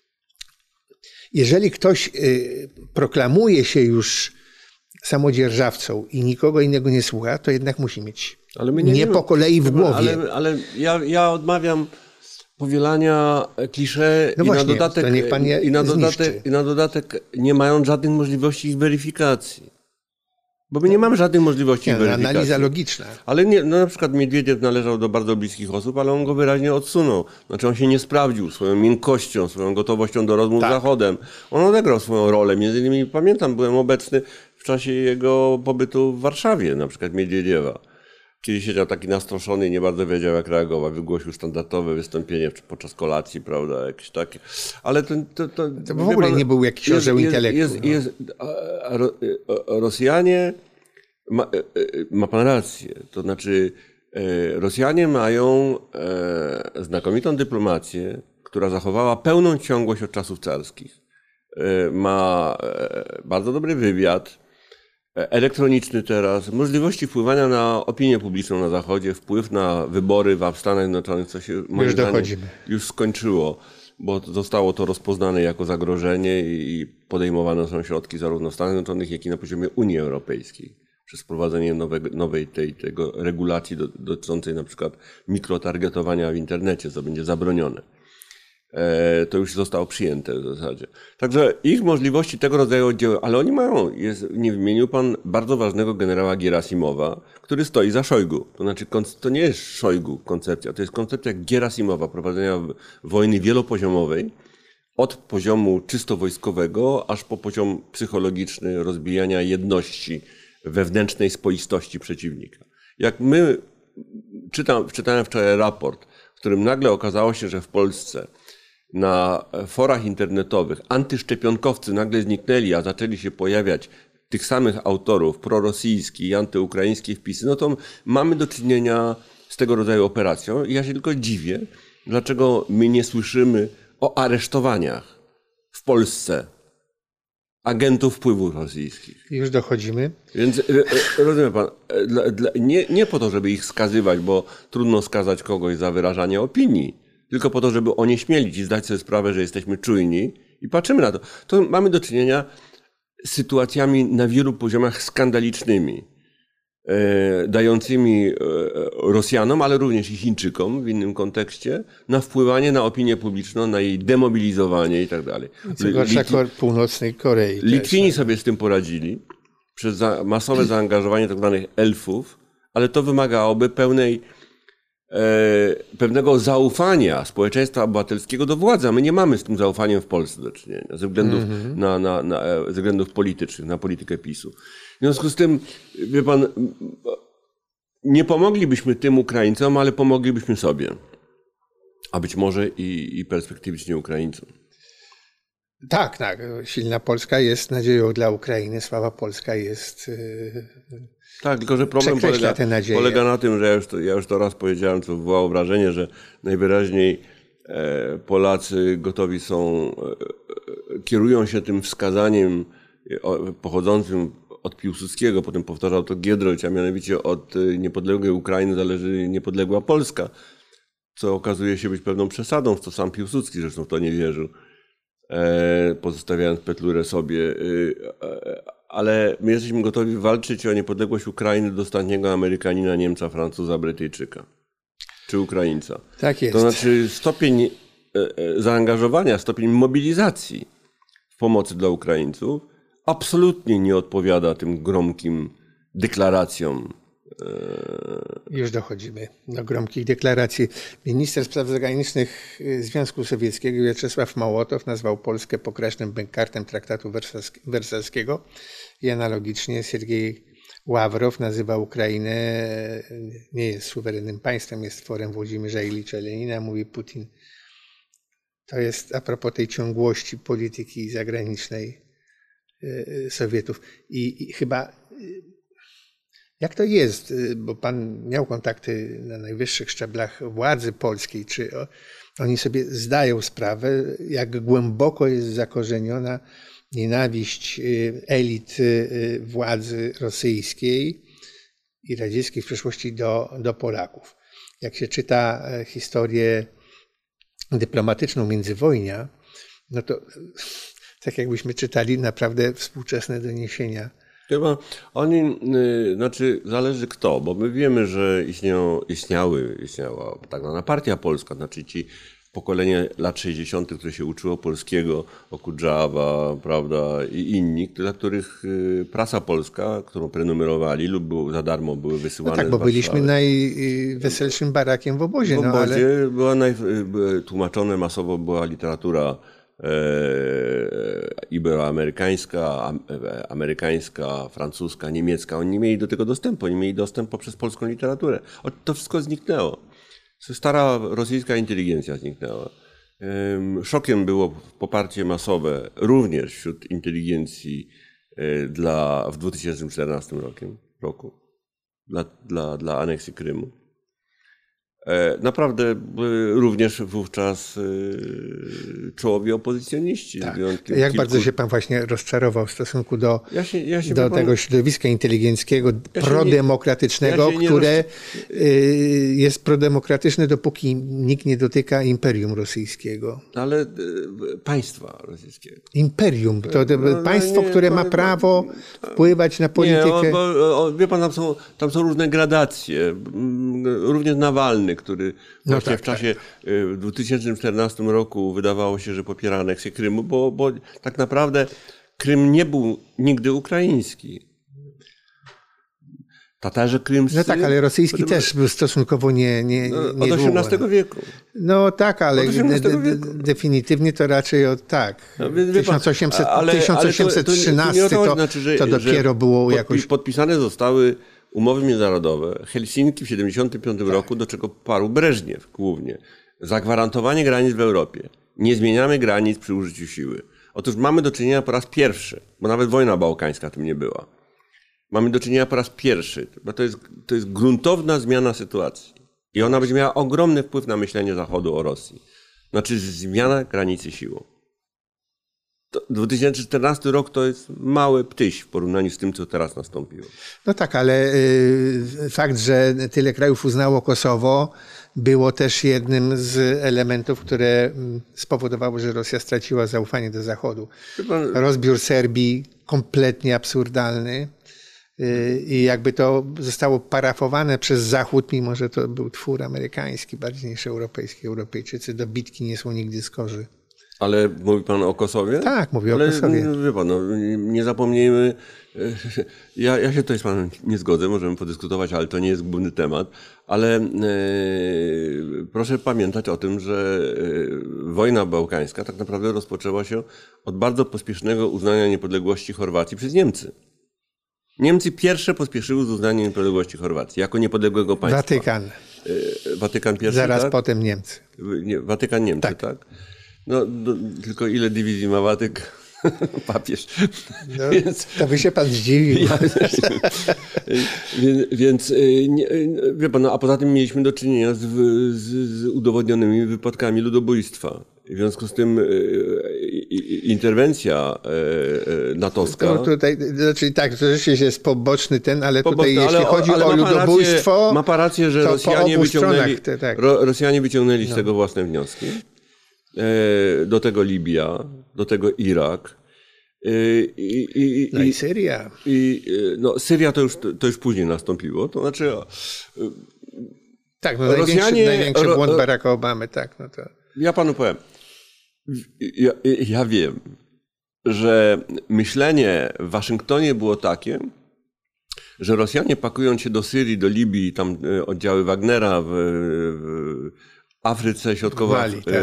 jeżeli ktoś proklamuje się już samodzierżawcą i nikogo innego nie słucha, to jednak musi mieć ale my nie, nie po kolei w głowie. Ale, ale ja, ja odmawiam powielania klisze no i, właśnie, na dodatek, to niech pan je i, na dodatek, zniszczy. i na dodatek nie mając żadnych możliwości ich weryfikacji. Bo my nie mamy żadnych możliwości nie, no, weryfikacji. Analiza logiczna. Ale nie, no na przykład Miedwiediew należał do bardzo bliskich osób, ale on go wyraźnie odsunął. Znaczy on się nie sprawdził swoją miękkością, swoją gotowością do rozmów tak. z Zachodem. On odegrał swoją rolę. Między innymi pamiętam, byłem obecny w czasie jego pobytu w Warszawie, na przykład Miedwiediewa. Kiedy siedział taki nastroszony i nie bardzo wiedział, jak reagować. Wygłosił standardowe wystąpienie podczas kolacji, prawda, jakieś takie. Ale to... To, to, to w ogóle pan, nie był jakiś orzeł intelektu. Jest, no. jest, Rosjanie... Ma, ma pan rację. To znaczy Rosjanie mają znakomitą dyplomację, która zachowała pełną ciągłość od czasów carskich. Ma bardzo dobry wywiad, elektroniczny teraz, możliwości wpływania na opinię publiczną na Zachodzie, wpływ na wybory w Stanach Zjednoczonych, co się moim zdaniem już skończyło, bo zostało to rozpoznane jako zagrożenie i podejmowane są środki zarówno w Stanach Zjednoczonych, jak i na poziomie Unii Europejskiej. Przez wprowadzenie nowego, nowej tej, tego regulacji dotyczącej na przykład mikrotargetowania w internecie, co będzie zabronione. E, to już zostało przyjęte w zasadzie. Także ich możliwości tego rodzaju oddziaływania, ale oni mają, jest, nie wymienił pan bardzo ważnego generała Gierasimowa, który stoi za Szojgu. To znaczy, to nie jest Szojgu koncepcja, to jest koncepcja Gierasimowa, prowadzenia wojny wielopoziomowej, od poziomu czysto wojskowego, aż po poziom psychologiczny rozbijania jedności wewnętrznej spoistości przeciwnika. Jak my, czytam, czytałem wczoraj raport, w którym nagle okazało się, że w Polsce na forach internetowych antyszczepionkowcy nagle zniknęli, a zaczęli się pojawiać tych samych autorów prorosyjskie i antyukraińskie wpisy, no to mamy do czynienia z tego rodzaju operacją i ja się tylko dziwię, dlaczego my nie słyszymy o aresztowaniach w Polsce agentów wpływów rosyjskich. Już dochodzimy. Więc rozumie pan, dla, dla, nie, nie po to, żeby ich skazywać, bo trudno skazać kogoś za wyrażanie opinii, tylko po to, żeby onieśmielić i zdać sobie sprawę, że jesteśmy czujni i patrzymy na to. To mamy do czynienia z sytuacjami na wielu poziomach skandalicznymi, e, dającymi e, Rosjanom, ale również i Chińczykom w innym kontekście, na wpływanie na opinię publiczną, na jej demobilizowanie i tak dalej. Co gorsza Północnej Korei. Litwini sobie z tym poradzili. przez za, masowe zaangażowanie tak zwanych elfów, ale to wymagałoby pełnej, e, pewnego zaufania społeczeństwa obywatelskiego do władzy. A my nie mamy z tym zaufaniem w Polsce do czynienia, ze względów, mm-hmm. na, na, na, ze względów politycznych, na politykę PiSu. W związku z tym, wie pan, nie pomoglibyśmy tym Ukraińcom, ale pomoglibyśmy sobie. A być może i, i perspektywicznie Ukraińcom. Tak, tak. Silna Polska jest nadzieją dla Ukrainy. Słaba Polska jest... Tak, tylko że problem polega, polega na tym, że ja już, to, ja już to raz powiedziałem, co wywołało wrażenie, że najwyraźniej e, Polacy gotowi są, e, kierują się tym wskazaniem o, pochodzącym od Piłsudskiego, potem powtarzał to Giedroyć, a mianowicie od niepodległej Ukrainy zależy niepodległa Polska, co okazuje się być pewną przesadą, w co sam Piłsudski zresztą w to nie wierzył, e, pozostawiając Petlurę sobie. E, e, ale my jesteśmy gotowi walczyć o niepodległość Ukrainy do ostatniego Amerykanina, Niemca, Francuza, Brytyjczyka czy Ukraińca. Tak jest. To znaczy stopień e, e, zaangażowania, stopień mobilizacji w pomocy dla Ukraińców absolutnie nie odpowiada tym gromkim deklaracjom. Już dochodzimy do gromkich deklaracji. Minister spraw zagranicznych Związku Sowieckiego Wiaczesław Mołotow nazwał Polskę pokracznym bękartem traktatu wersalskiego i analogicznie Siergiej Ławrow nazywa Ukrainę, nie jest suwerennym państwem, jest tworem Włodzimierza Ilicza Lenina, mówi Putin. To jest a propos tej ciągłości polityki zagranicznej Sowietów. I, i chyba... Jak to jest, bo pan miał kontakty na najwyższych szczeblach władzy polskiej, czy oni sobie zdają sprawę, jak głęboko jest zakorzeniona nienawiść elit władzy rosyjskiej i radzieckiej w przeszłości do, do Polaków. Jak się czyta historię dyplomatyczną międzywojnia, no to tak jakbyśmy czytali naprawdę współczesne doniesienia. Chyba oni, yy, znaczy zależy kto, bo my wiemy, że istniało, istniały, istniała tak zwana Partia Polska, znaczy ci pokolenie lat sześćdziesiątych, które się uczyło polskiego, Okudżawa, prawda, i inni, dla których yy, prasa polska, którą prenumerowali lub był, za darmo były wysyłane. No tak, bo byliśmy najweselszym barakiem w obozie. W obozie no, ale... była naj, tłumaczone masowo była literatura iberoamerykańska, amerykańska, francuska, niemiecka. Oni nie mieli do tego dostępu, oni mieli dostęp poprzez polską literaturę. To wszystko zniknęło. Stara rosyjska inteligencja zniknęła. Szokiem było poparcie masowe również wśród inteligencji dla, w dwa tysiące czternastym roku dla, dla, dla aneksji Krymu. Naprawdę również wówczas czołowi opozycjoniści. Tak. Jak kilku... bardzo się pan właśnie rozczarował w stosunku do, ja się, ja się do pan... tego środowiska inteligenckiego, ja prodemokratycznego, nie... ja które roz... jest prodemokratyczne, dopóki nikt nie dotyka imperium rosyjskiego. Ale państwa rosyjskiego. Imperium, to, to no, państwo, nie, które ma prawo no, wpływać na politykę. Nie, bo, o, wie pan, tam są, tam są różne gradacje. Również Nawalny, który no właśnie tak, w czasie tak. w dwa tysiące czternastym roku wydawało się, że popiera aneksję Krymu, bo, bo tak naprawdę Krym nie był nigdy ukraiński. Tatarzy krymscy... No tak, ale rosyjski potem... też był stosunkowo nie, nie, no, nie od osiemnastego wieku. No tak, ale de, de, definitywnie to raczej od tak. No, tysiąc osiemset, ale, tysiąc osiemset trzynasty ale to, to, to, znaczy, że, to dopiero było podpi jakoś... Podpisane zostały umowy międzynarodowe, Helsinki w siedemdziesiątym piątym tak. roku, do czego parł Breżniew głównie. Zagwarantowanie granic w Europie. Nie zmieniamy granic przy użyciu siły. Otóż mamy do czynienia po raz pierwszy, bo nawet wojna bałkańska tym nie była. Mamy do czynienia po raz pierwszy, bo to jest, to jest gruntowna zmiana sytuacji. I ona będzie miała ogromny wpływ na myślenie Zachodu o Rosji. Znaczy zmiana granicy siłą. To dwa tysiące czternasty rok to jest mały ptyś w porównaniu z tym, co teraz nastąpiło. No tak, ale y, fakt, że tyle krajów uznało Kosowo, było też jednym z elementów, które spowodowało, że Rosja straciła zaufanie do Zachodu. Pan... Rozbiór Serbii kompletnie absurdalny. I jakby to zostało parafowane przez Zachód, mimo że to był twór amerykański bardziej niż europejski. Europejczycy do bitki nie są nigdy skorzy. Ale mówi pan o Kosowie? Tak, mówię Ale, o Kosowie. Wie pan, no, nie zapomnijmy Ja, ja się tutaj z panem nie zgodzę, możemy podyskutować, ale to nie jest główny temat. Ale e, proszę pamiętać o tym, że e, wojna bałkańska tak naprawdę rozpoczęła się od bardzo pospiesznego uznania niepodległości Chorwacji przez Niemcy. Niemcy pierwsze pospieszyły z uznaniem niepodległości Chorwacji jako niepodległego państwa. Watykan. E, Watykan pierwszy, Zaraz tak? potem Niemcy. Nie, Watykan Niemcy, tak? tak? No, do, tylko ile dywizji ma Watykan? Papież. No, więc, to by się pan zdziwił. Ja, więc, więc nie, wie pan, no, a poza tym mieliśmy do czynienia z, z, z udowodnionymi wypadkami ludobójstwa. W związku z tym interwencja natowska... No, tutaj, znaczy tak, to rzeczywiście jest poboczny ten, ale poboczny, tutaj jeśli ale, chodzi ale o ludobójstwo... Rację, ma pan rację, że Rosjanie wyciągnęli, te, tak. Ro, Rosjanie wyciągnęli z no. tego własne wnioski. Do tego Libia, do tego Irak. I, i, no i Syria. I, no, Syria to już, to już później nastąpiło. To znaczy... Tak, no Rosjanie, największy, największy błąd Baracka Obamy, tak. No to... Ja panu powiem. Ja, ja wiem, że myślenie w Waszyngtonie było takie, że Rosjanie pakując się do Syrii, do Libii, tam oddziały Wagnera w, w Afryce Środkowo-Afrykańskiej, tak.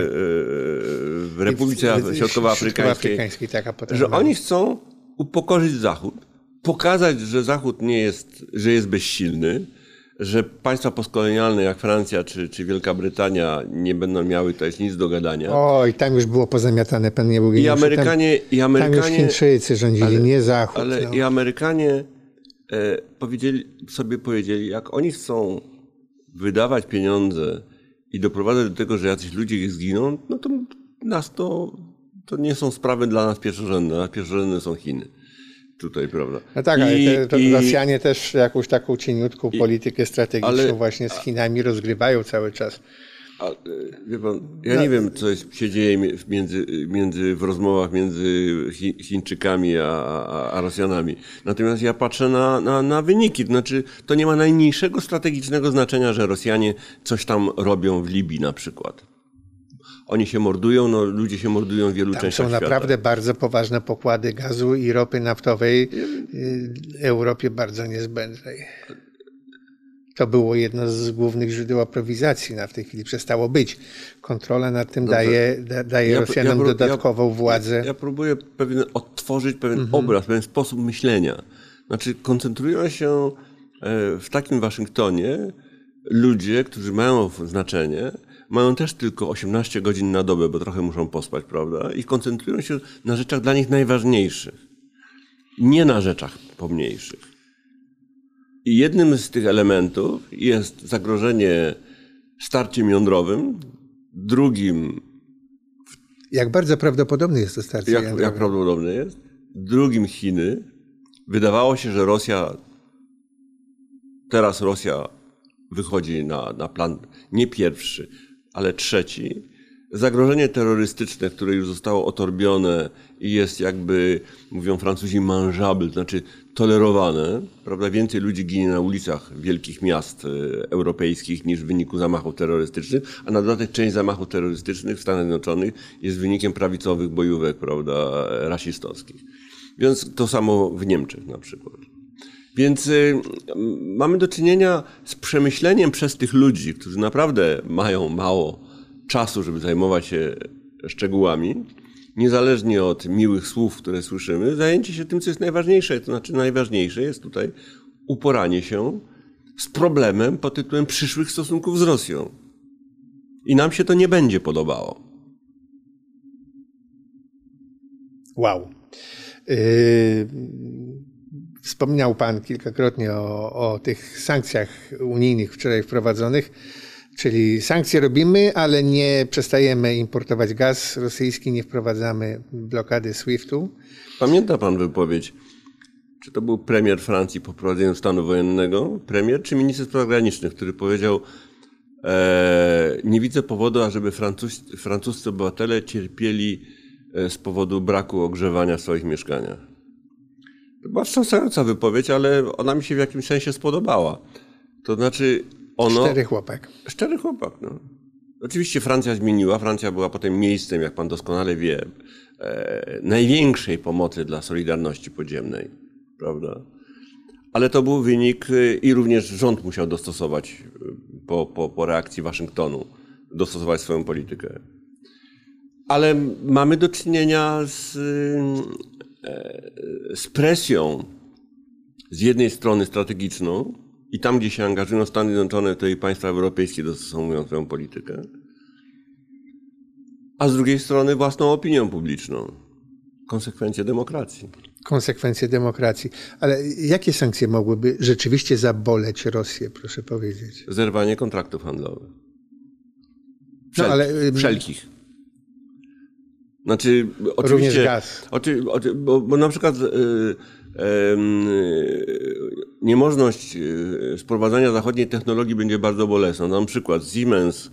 w Republice Środkowoafrykańskiej, tak, a potem że oni chcą upokorzyć Zachód, pokazać, że Zachód nie jest, że jest bezsilny, że państwa postkolonialne jak Francja czy, czy Wielka Brytania nie będą miały tutaj nic do gadania. Oj, tam już było pozamiatane, pan nie był I Amerykanie, tam, i Amerykanie... Tam już Chińczycy rządzili, ale, nie Zachód. Ale no. i Amerykanie e, powiedzieli, sobie powiedzieli, jak oni chcą wydawać pieniądze i doprowadzać do tego, że jacyś ludzie zginą, no to nas to, to nie są sprawy dla nas pierwszorzędne, a pierwszorzędne są Chiny. Tutaj, prawda? No tak, I, ale te, to i, Rosjanie też jakąś taką cieniutką i, politykę strategiczną ale, właśnie z Chinami rozgrywają cały czas. A, wie pan, ja no, nie wiem, co jest, się dzieje między, między, w rozmowach między Chi, Chińczykami a, a, a Rosjanami. Natomiast ja patrzę na, na, na wyniki. To znaczy, to nie ma najmniejszego strategicznego znaczenia, że Rosjanie coś tam robią w Libii na przykład. Oni się mordują, no ludzie się mordują w wielu tam częściach świata. Są naprawdę bardzo poważne pokłady gazu i ropy naftowej Europie bardzo niezbędnej. To było jedno z głównych źródeł aprowizacji, a w tej chwili przestało być. Kontrola nad tym Dobrze. daje, da, daje ja, Rosjanom ja, dodatkową ja, władzę. Ja, ja próbuję pewien, odtworzyć pewien mhm. obraz, pewien sposób myślenia. Znaczy koncentrują się w takim Waszyngtonie ludzie, którzy mają znaczenie, mają też tylko osiemnaście godzin na dobę, bo trochę muszą pospać, prawda? I koncentrują się na rzeczach dla nich najważniejszych. Nie na rzeczach pomniejszych. I jednym z tych elementów jest zagrożenie starciem jądrowym, drugim... Jak bardzo prawdopodobne jest to starcie jak, jądrowe? Jak prawdopodobne jest. Drugim Chiny. Wydawało się, że Rosja... Teraz Rosja wychodzi na, na plan nie pierwszy, ale trzeci. Zagrożenie terrorystyczne, które już zostało otorbione i jest jakby, mówią Francuzi, mangeable, to znaczy tolerowane, prawda? Więcej ludzi ginie na ulicach wielkich miast europejskich niż w wyniku zamachów terrorystycznych, a na dodatek część zamachów terrorystycznych w Stanach Zjednoczonych jest wynikiem prawicowych bojówek, prawda, rasistowskich. Więc to samo w Niemczech na przykład. Więc y, mamy do czynienia z przemyśleniem przez tych ludzi, którzy naprawdę mają mało czasu, żeby zajmować się szczegółami, niezależnie od miłych słów, które słyszymy, zajęcie się tym, co jest najważniejsze. To znaczy najważniejsze jest tutaj uporanie się z problemem pod tytułem przyszłych stosunków z Rosją. I nam się to nie będzie podobało. Wow. Yy, wspomniał pan kilkakrotnie o, o tych sankcjach unijnych wczoraj wprowadzonych. Czyli sankcje robimy, ale nie przestajemy importować gaz rosyjski, nie wprowadzamy blokady swiftu. Pamięta pan wypowiedź, czy to był premier Francji po wprowadzeniu stanu wojennego, premier czy minister spraw zagranicznych, który powiedział, e, nie widzę powodu, ażeby francuz, francuscy obywatele cierpieli z powodu braku ogrzewania w swoich mieszkaniach. To była wstrząsająca wypowiedź, ale ona mi się w jakimś sensie spodobała. To znaczy ono... Szczery chłopak. Szczery chłopak, no. Oczywiście Francja zmieniła. Francja była potem miejscem, jak pan doskonale wie, e, największej pomocy dla Solidarności Podziemnej. prawda? Ale to był wynik i również rząd musiał dostosować po, po, po reakcji Waszyngtonu, dostosować swoją politykę. Ale mamy do czynienia z, z presją z jednej strony strategiczną i tam, gdzie się angażują Stany Zjednoczone, to i państwa europejskie dostosowują swoją politykę, a z drugiej strony własną opinią publiczną. Konsekwencje demokracji. Konsekwencje demokracji. Ale jakie sankcje mogłyby rzeczywiście zaboleć Rosję, proszę powiedzieć? Zerwanie kontraktów handlowych. Wszelkich. No, ale... Wszelkich. Znaczy, oczywiście... Również gaz. Oczy, oczy, bo, bo na przykład y, y, y, niemożność y, sprowadzania zachodniej technologii będzie bardzo bolesna. Na przykład Siemens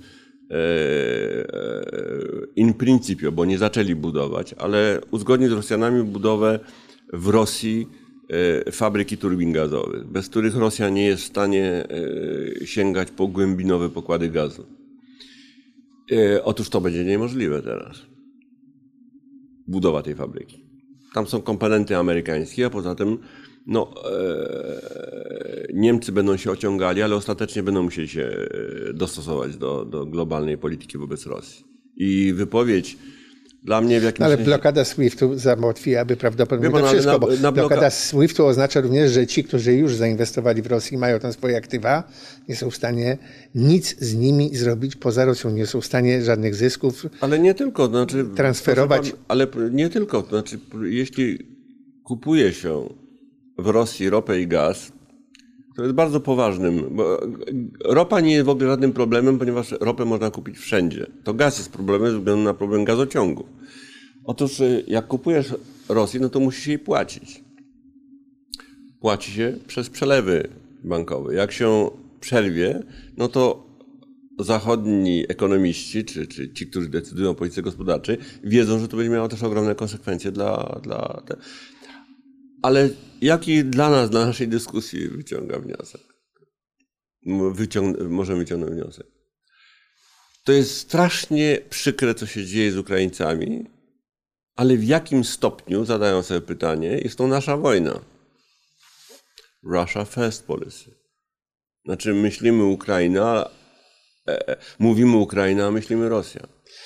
in principio, bo nie zaczęli budować, ale uzgodnił z Rosjanami budowę w Rosji fabryki turbin gazowych, bez których Rosja nie jest w stanie sięgać po głębinowe pokłady gazu. Otóż to będzie niemożliwe teraz. Budowa tej fabryki. Tam są komponenty amerykańskie, a poza tym no, e, Niemcy będą się ociągali, ale ostatecznie będą musieli się dostosować do, do globalnej polityki wobec Rosji. I wypowiedź dla mnie w jakimś no, ale sensie... blokada SWIFT-u załatwiłaby prawdopodobnie Pan, to wszystko, na, bo na bloka... blokada SWIFT-u oznacza również, że ci, którzy już zainwestowali w Rosji, mają tam swoje aktywa, nie są w stanie nic z nimi zrobić poza Rosją, nie są w stanie żadnych zysków ale nie tylko, znaczy, transferować. Pan, ale nie tylko, znaczy, jeśli kupuje się w Rosji ropę i gaz, to jest bardzo poważnym, bo ropa nie jest w ogóle żadnym problemem, ponieważ ropę można kupić wszędzie. To gaz jest problemem ze względu na problem gazociągu. Otóż jak kupujesz Rosję, no to musisz jej płacić. Płaci się przez przelewy bankowe. Jak się przerwie, no to zachodni ekonomiści, czy, czy ci, którzy decydują o polityce gospodarczej, wiedzą, że to będzie miało też ogromne konsekwencje dla... dla te... Ale jaki dla nas, dla naszej dyskusji wyciąga wniosek? Wyciąg... Możemy wyciągnąć wniosek. To jest strasznie przykre, co się dzieje z Ukraińcami, ale w jakim stopniu, zadają sobie pytanie, jest to nasza wojna. Russia First Policy. Znaczy myślimy Ukraina, e, mówimy Ukraina, a myślimy Rosja.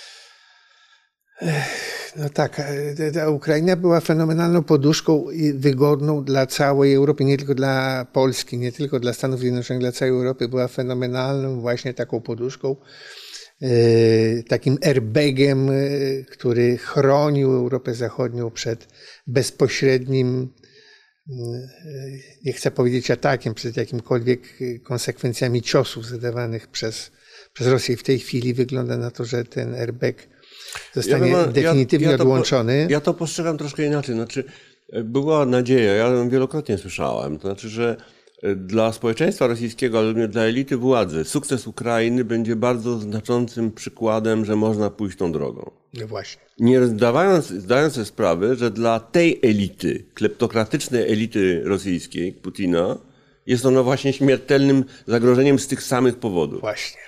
No tak, ta Ukraina była fenomenalną poduszką i wygodną dla całej Europy, nie tylko dla Polski, nie tylko dla Stanów Zjednoczonych, dla całej Europy. Była fenomenalną właśnie taką poduszką, takim airbagiem, który chronił Europę Zachodnią przed bezpośrednim, nie chcę powiedzieć atakiem, przed jakimkolwiek konsekwencjami ciosów zadawanych przez, przez Rosję. I w tej chwili wygląda na to, że ten airbag zostanie ja definitywnie ja, ja odłączony. To, ja to postrzegam troszkę inaczej. Znaczy, była nadzieja, ja ją wielokrotnie słyszałem, to znaczy, że dla społeczeństwa rosyjskiego, ale również dla elity władzy, sukces Ukrainy będzie bardzo znaczącym przykładem, że można pójść tą drogą. No właśnie. Nie zdawając, zdając sobie sprawy, że dla tej elity, kleptokratycznej elity rosyjskiej, Putina, jest ono właśnie śmiertelnym zagrożeniem z tych samych powodów. Właśnie.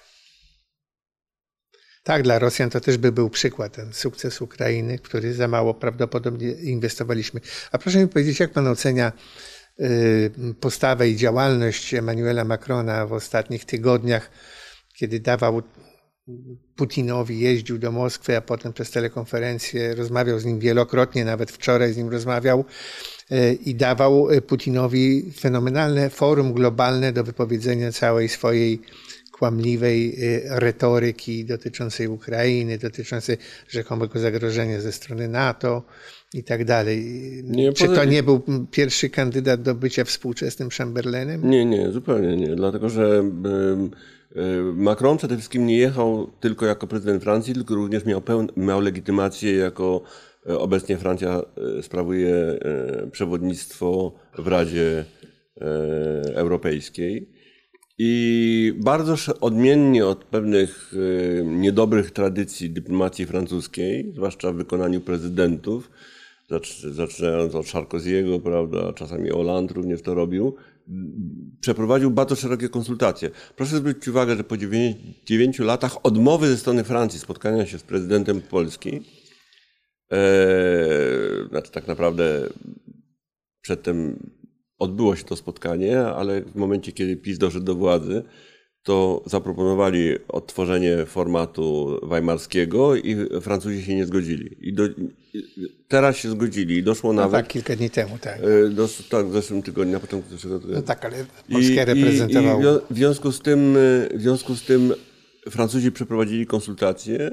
Tak, dla Rosjan to też by był przykład, ten sukces Ukrainy, który za mało prawdopodobnie inwestowaliśmy. A proszę mi powiedzieć, jak pan ocenia postawę i działalność Emmanuela Macrona w ostatnich tygodniach, kiedy dawał Putinowi, jeździł do Moskwy, a potem przez telekonferencję rozmawiał z nim wielokrotnie, nawet wczoraj z nim rozmawiał i dawał Putinowi fenomenalne forum globalne do wypowiedzenia całej swojej kłamliwej retoryki dotyczącej Ukrainy, dotyczącej rzekomego zagrożenia ze strony NATO i tak dalej. Nie, Czy to nie był pierwszy kandydat do bycia współczesnym Chamberlainem? Nie, nie, zupełnie nie. Dlatego, że Macron przede wszystkim nie jechał tylko jako prezydent Francji, tylko również miał, pełn, miał legitymację jako obecnie Francja sprawuje przewodnictwo w Radzie Europejskiej. I bardzo odmiennie od pewnych niedobrych tradycji dyplomacji francuskiej, zwłaszcza w wykonaniu prezydentów, zaczynając od Sarkozy'ego, prawda, czasami Hollande również to robił, przeprowadził bardzo szerokie konsultacje. Proszę zwrócić uwagę, że po dziewięciu latach odmowy ze strony Francji spotkania się z prezydentem Polski, e, znaczy tak naprawdę przedtem odbyło się to spotkanie, ale w momencie, kiedy PiS doszedł do władzy, to zaproponowali odtworzenie formatu weimarskiego i Francuzi się nie zgodzili. I do, teraz się zgodzili i doszło no nawet... tak, kilka dni temu, tak. Do, tak, w zeszłym tygodniu, na początku zeszłego tygodnia. No tak, ale Polskę I, reprezentował. I, i w, związku z tym, w związku z tym Francuzi przeprowadzili konsultacje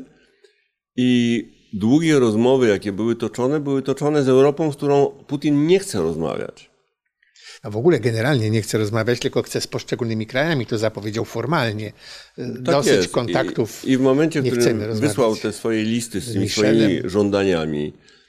i długie rozmowy, jakie były toczone, były toczone z Europą, z którą Putin nie chce rozmawiać. A w ogóle generalnie nie chce rozmawiać, tylko chce z poszczególnymi krajami, to zapowiedział formalnie. Tak Dosyć jest. kontaktów. I, I w momencie, w nie którym chcemy wysłał te swoje listy z, z tymi Michelem. swoimi żądaniami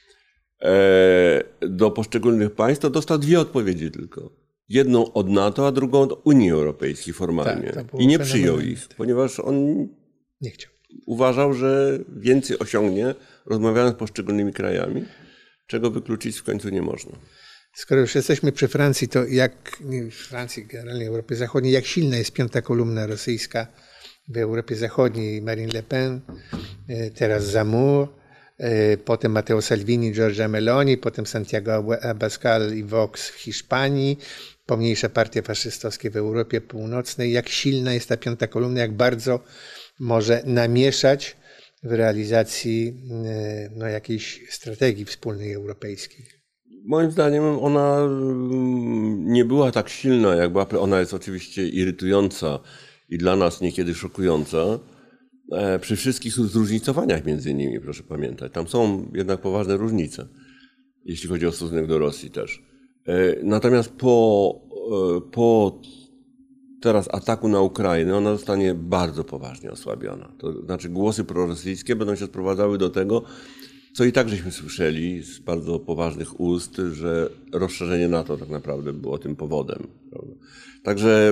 e, do poszczególnych państw, to dostał dwie odpowiedzi tylko. Jedną od NATO, a drugą od Unii Europejskiej formalnie. Tak, to było I nie przyjął fenomenalne. ich, ponieważ on Nie chciał. uważał, że więcej osiągnie, rozmawiając z poszczególnymi krajami, czego wykluczyć w końcu nie można. Skoro już jesteśmy przy Francji, to jak nie, w Francji, generalnie Europie Zachodniej, jak silna jest piąta kolumna rosyjska w Europie Zachodniej? Marine Le Pen, teraz Zamur, potem Matteo Salvini, Giorgia Meloni, potem Santiago Abascal i Vox w Hiszpanii, pomniejsze partie faszystowskie w Europie Północnej. Jak silna jest ta piąta kolumna, jak bardzo może namieszać w realizacji no, jakiejś strategii wspólnej europejskiej? Moim zdaniem ona nie była tak silna, jak była. Ona jest oczywiście irytująca i dla nas niekiedy szokująca. Przy wszystkich zróżnicowaniach między nimi, proszę pamiętać. Tam są jednak poważne różnice, jeśli chodzi o stosunek do Rosji też. Natomiast po, po teraz ataku na Ukrainę ona zostanie bardzo poważnie osłabiona. To znaczy głosy prorosyjskie będą się sprowadzały do tego, co i tak żeśmy słyszeli z bardzo poważnych ust, że rozszerzenie NATO tak naprawdę było tym powodem. Prawda? Także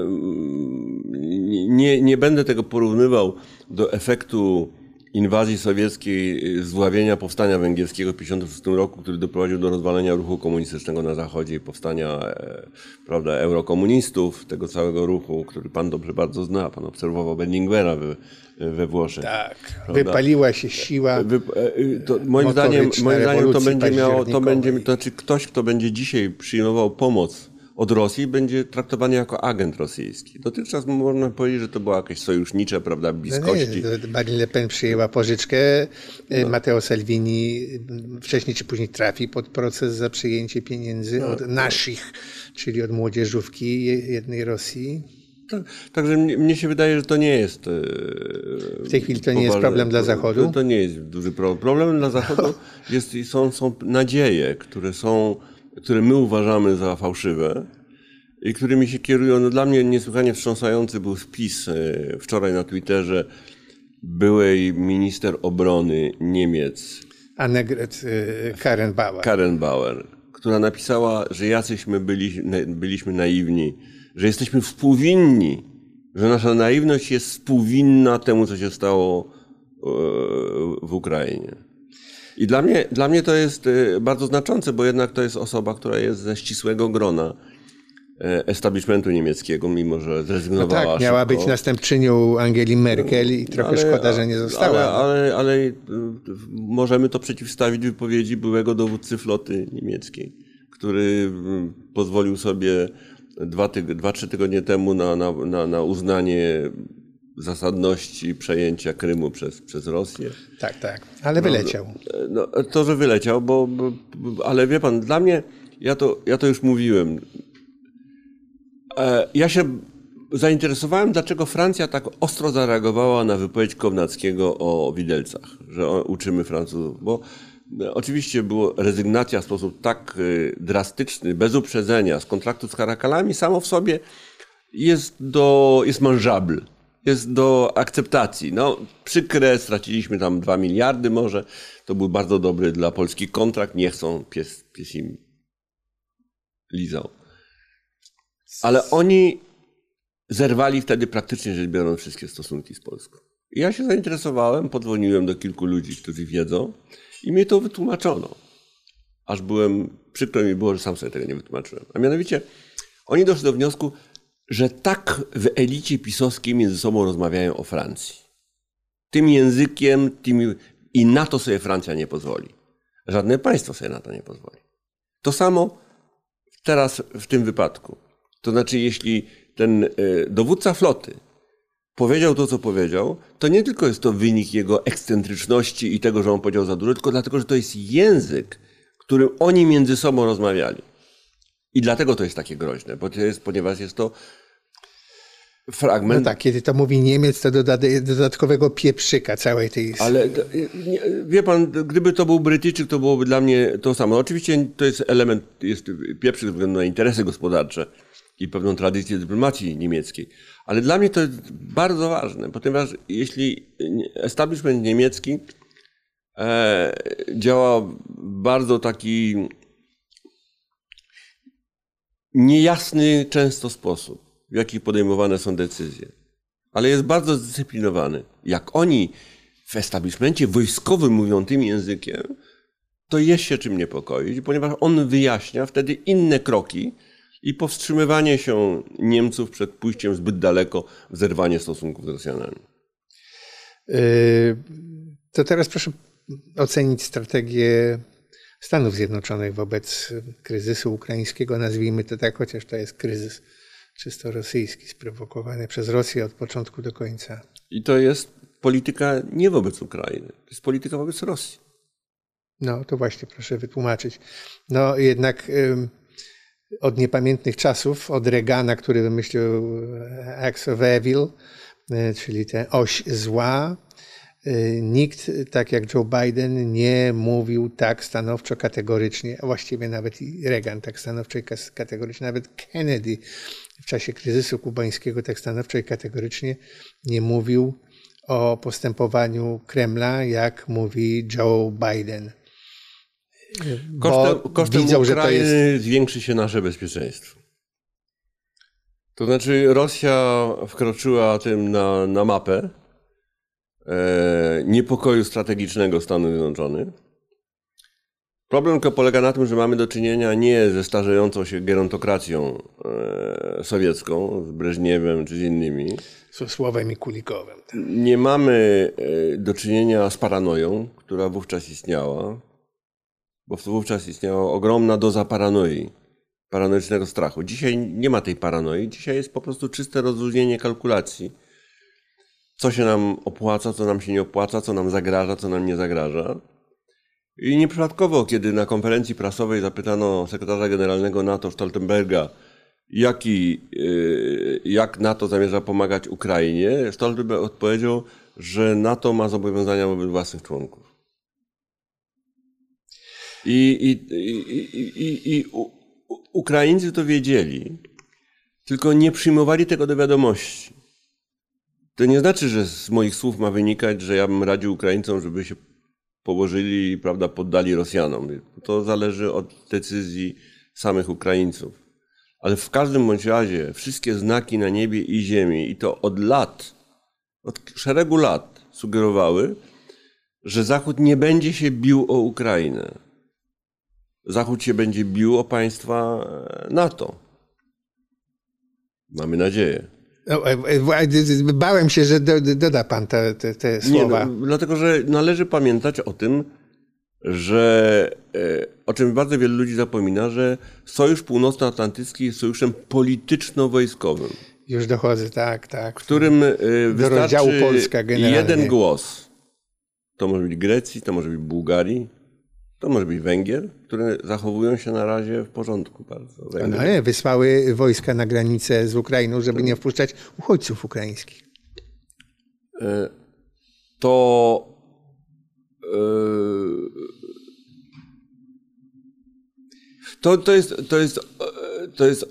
nie, nie będę tego porównywał do efektu inwazji sowieckiej, zdławienia powstania węgierskiego w tysiąc dziewięćset pięćdziesiątym szóstym roku, który doprowadził do rozwalenia ruchu komunistycznego na Zachodzie i powstania prawda, eurokomunistów, tego całego ruchu, który pan dobrze bardzo zna. Pan obserwował Berlinguera we, we Włoszech. Tak, prawda? Wypaliła się siła. Wy, to moim zdaniem, moim zdaniem to będzie miało, to będzie, to znaczy ktoś, kto będzie dzisiaj przyjmował pomoc od Rosji, będzie traktowany jako agent rosyjski. Dotychczas można powiedzieć, że to było jakieś sojusznicze, prawda, bliskości. No nie, Marine Le Pen przyjęła pożyczkę, no. Matteo Salvini wcześniej czy później trafi pod proces za przyjęcie pieniędzy no, od naszych, czyli od młodzieżówki jednej Rosji. Tak, także mnie, mnie się wydaje, że to nie jest... W tej chwili to nie jest problem dla Zachodu? To, to nie jest duży problem. Problemem dla Zachodu jest, są, są nadzieje, które są... które my uważamy za fałszywe i którymi się kierują. No dla mnie niesłychanie wstrząsający był wpis wczoraj na Twitterze byłej minister obrony Niemiec Annegret Kramp-Karrenbauer. Kramp-Karrenbauer, która napisała, że jacyśmy byli, byliśmy naiwni, że jesteśmy współwinni, że nasza naiwność jest współwinna temu, co się stało w Ukrainie. I dla mnie, dla mnie to jest bardzo znaczące, bo jednak to jest osoba, która jest ze ścisłego grona establishmentu niemieckiego, mimo że zrezygnowała. No tak, miała szybko. być następczynią Angeli Merkel i trochę ale, szkoda, że nie została. Ale, ale, ale możemy to przeciwstawić wypowiedzi byłego dowódcy floty niemieckiej, który pozwolił sobie dwa, tyg- dwa trzy tygodnie temu na, na, na, na uznanie zasadności przejęcia Krymu przez, przez Rosję. Tak, tak, ale wyleciał. No, no, to, że wyleciał, bo, bo, ale wie pan, dla mnie, ja to, ja to już mówiłem, e, ja się zainteresowałem, dlaczego Francja tak ostro zareagowała na wypowiedź Kownackiego o widelcach, że uczymy Francuzów, bo oczywiście była rezygnacja w sposób tak drastyczny, bez uprzedzenia z kontraktu z Carakalami, samo w sobie jest, do, jest mangeable. Jest do akceptacji. No, przykre, straciliśmy tam dwa miliardy może. To był bardzo dobry dla Polski kontrakt. Nie chcą, pies, pies im lizał. Ale oni zerwali wtedy praktycznie rzecz biorąc wszystkie stosunki z Polską. I ja się zainteresowałem, podzwoniłem do kilku ludzi, którzy wiedzą i mi to wytłumaczono. Aż byłem, przykro mi było, że sam sobie tego nie wytłumaczyłem. A mianowicie oni doszli do wniosku, że tak w elicie pisowskiej między sobą rozmawiają o Francji. Tym językiem tym... i na to sobie Francja nie pozwoli. Żadne państwo sobie na to nie pozwoli. To samo teraz w tym wypadku. To znaczy, jeśli ten dowódca floty powiedział to, co powiedział, to nie tylko jest to wynik jego ekscentryczności i tego, że on powiedział za dużo, tylko dlatego, że to jest język, którym oni między sobą rozmawiali. I dlatego to jest takie groźne, bo to jest, ponieważ jest to fragment... No tak, kiedy to mówi Niemiec, to doda dodatkowego pieprzyka całej tej... Ale nie, wie pan, gdyby to był Brytyjczyk, to byłoby dla mnie to samo. Oczywiście to jest element, jest pieprzyk ze względu na interesy gospodarcze i pewną tradycję dyplomacji niemieckiej. Ale dla mnie to jest bardzo ważne, ponieważ jeśli establishment niemiecki e, działa w bardzo taki niejasny często sposób, w jaki podejmowane są decyzje, ale jest bardzo zdyscyplinowany. Jak oni w establishmencie wojskowym mówią tym językiem, to jest się czym niepokoić, ponieważ on wyjaśnia wtedy inne kroki i powstrzymywanie się Niemców przed pójściem zbyt daleko w zerwanie stosunków z Rosjanami. To teraz proszę ocenić strategię Stanów Zjednoczonych wobec kryzysu ukraińskiego, nazwijmy to tak, chociaż to jest kryzys czysto rosyjski, sprowokowany przez Rosję od początku do końca. I to jest polityka nie wobec Ukrainy, to jest polityka wobec Rosji. No to właśnie proszę wytłumaczyć. No jednak ym, od niepamiętnych czasów, od Reagana, który wymyślił Axe of Evil, y, czyli tę oś zła, y, nikt, tak jak Joe Biden, nie mówił tak stanowczo, kategorycznie, a właściwie nawet i Reagan tak stanowczo i kategorycznie, nawet Kennedy w czasie kryzysu kubańskiego tak stanowczo i kategorycznie nie mówił o postępowaniu Kremla, jak mówi Joe Biden. Kosztem, kosztem widzą, Ukrainy że to jest... zwiększy się nasze bezpieczeństwo. To znaczy Rosja wkroczyła tym na, na mapę e, niepokoju strategicznego Stanów Zjednoczonych. Problem tylko polega na tym, że mamy do czynienia nie ze starzejącą się gerontokracją e, sowiecką, z Breżniewem czy z innymi. Słowem i Kulikowem. Tak. Nie mamy e, do czynienia z paranoją, która wówczas istniała, bo wówczas istniała ogromna doza paranoi, paranoicznego strachu. Dzisiaj nie ma tej paranoi, dzisiaj jest po prostu czyste rozluźnienie kalkulacji. Co się nam opłaca, co nam się nie opłaca, co nam zagraża, co nam nie zagraża. I nieprzypadkowo, kiedy na konferencji prasowej zapytano sekretarza generalnego NATO Stoltenberga, jaki, jak NATO zamierza pomagać Ukrainie, Stoltenberg odpowiedział, że NATO ma zobowiązania wobec własnych członków. I, i, i, i, i u, Ukraińcy to wiedzieli, tylko nie przyjmowali tego do wiadomości. To nie znaczy, że z moich słów ma wynikać, że ja bym radził Ukraińcom, żeby się położyli i, prawda, poddali Rosjanom. To zależy od decyzji samych Ukraińców. Ale w każdym bądź razie wszystkie znaki na niebie i ziemi, i to od lat, od szeregu lat sugerowały, że Zachód nie będzie się bił o Ukrainę. Zachód się będzie bił o państwa NATO. Mamy nadzieję. Bałem się, że doda pan te, te, te słowa. Nie, no, dlatego, że należy pamiętać o tym, że o czym bardzo wielu ludzi zapomina, że Sojusz Północnoatlantycki jest sojuszem polityczno-wojskowym. Już dochodzę, tak, tak. W którym do rozdziału Polska generalnie. Jeden głos. To może być Grecji, to może być Bułgarii, to może być Węgier, które zachowują się na razie w porządku bardzo. No nie, wysłały wojska na granicę z Ukrainą, żeby nie wpuszczać uchodźców ukraińskich. To to, to jest, to jest, to jest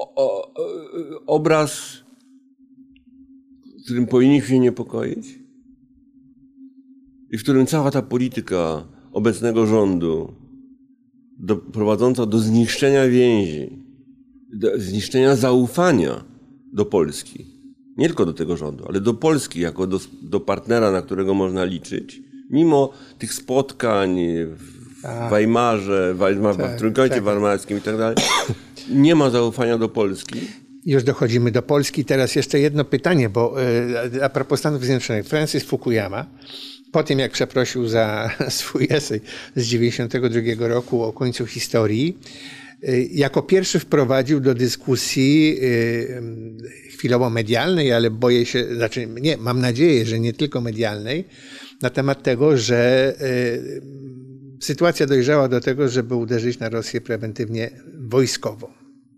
obraz, którym powinniśmy się niepokoić i w którym cała ta polityka obecnego rządu do, prowadząca do zniszczenia więzi, do zniszczenia zaufania do Polski, nie tylko do tego rządu, ale do Polski jako do, do partnera, na którego można liczyć, mimo tych spotkań w A, Weimarze, Weimar, tak, w Trójkącie tak. Weimarskim i tak dalej, nie ma zaufania do Polski. Już dochodzimy do Polski. Teraz jeszcze jedno pytanie, bo a propos Stanów Zjednoczonych. Francis Fukuyama, po tym jak przeprosił za swój esej z dziewięćdziesiątego drugiego roku o końcu historii, jako pierwszy wprowadził do dyskusji chwilowo medialnej, ale boję się, znaczy nie, mam nadzieję, że nie tylko medialnej, na temat tego, że sytuacja dojrzała do tego, żeby uderzyć na Rosję prewentywnie wojskowo.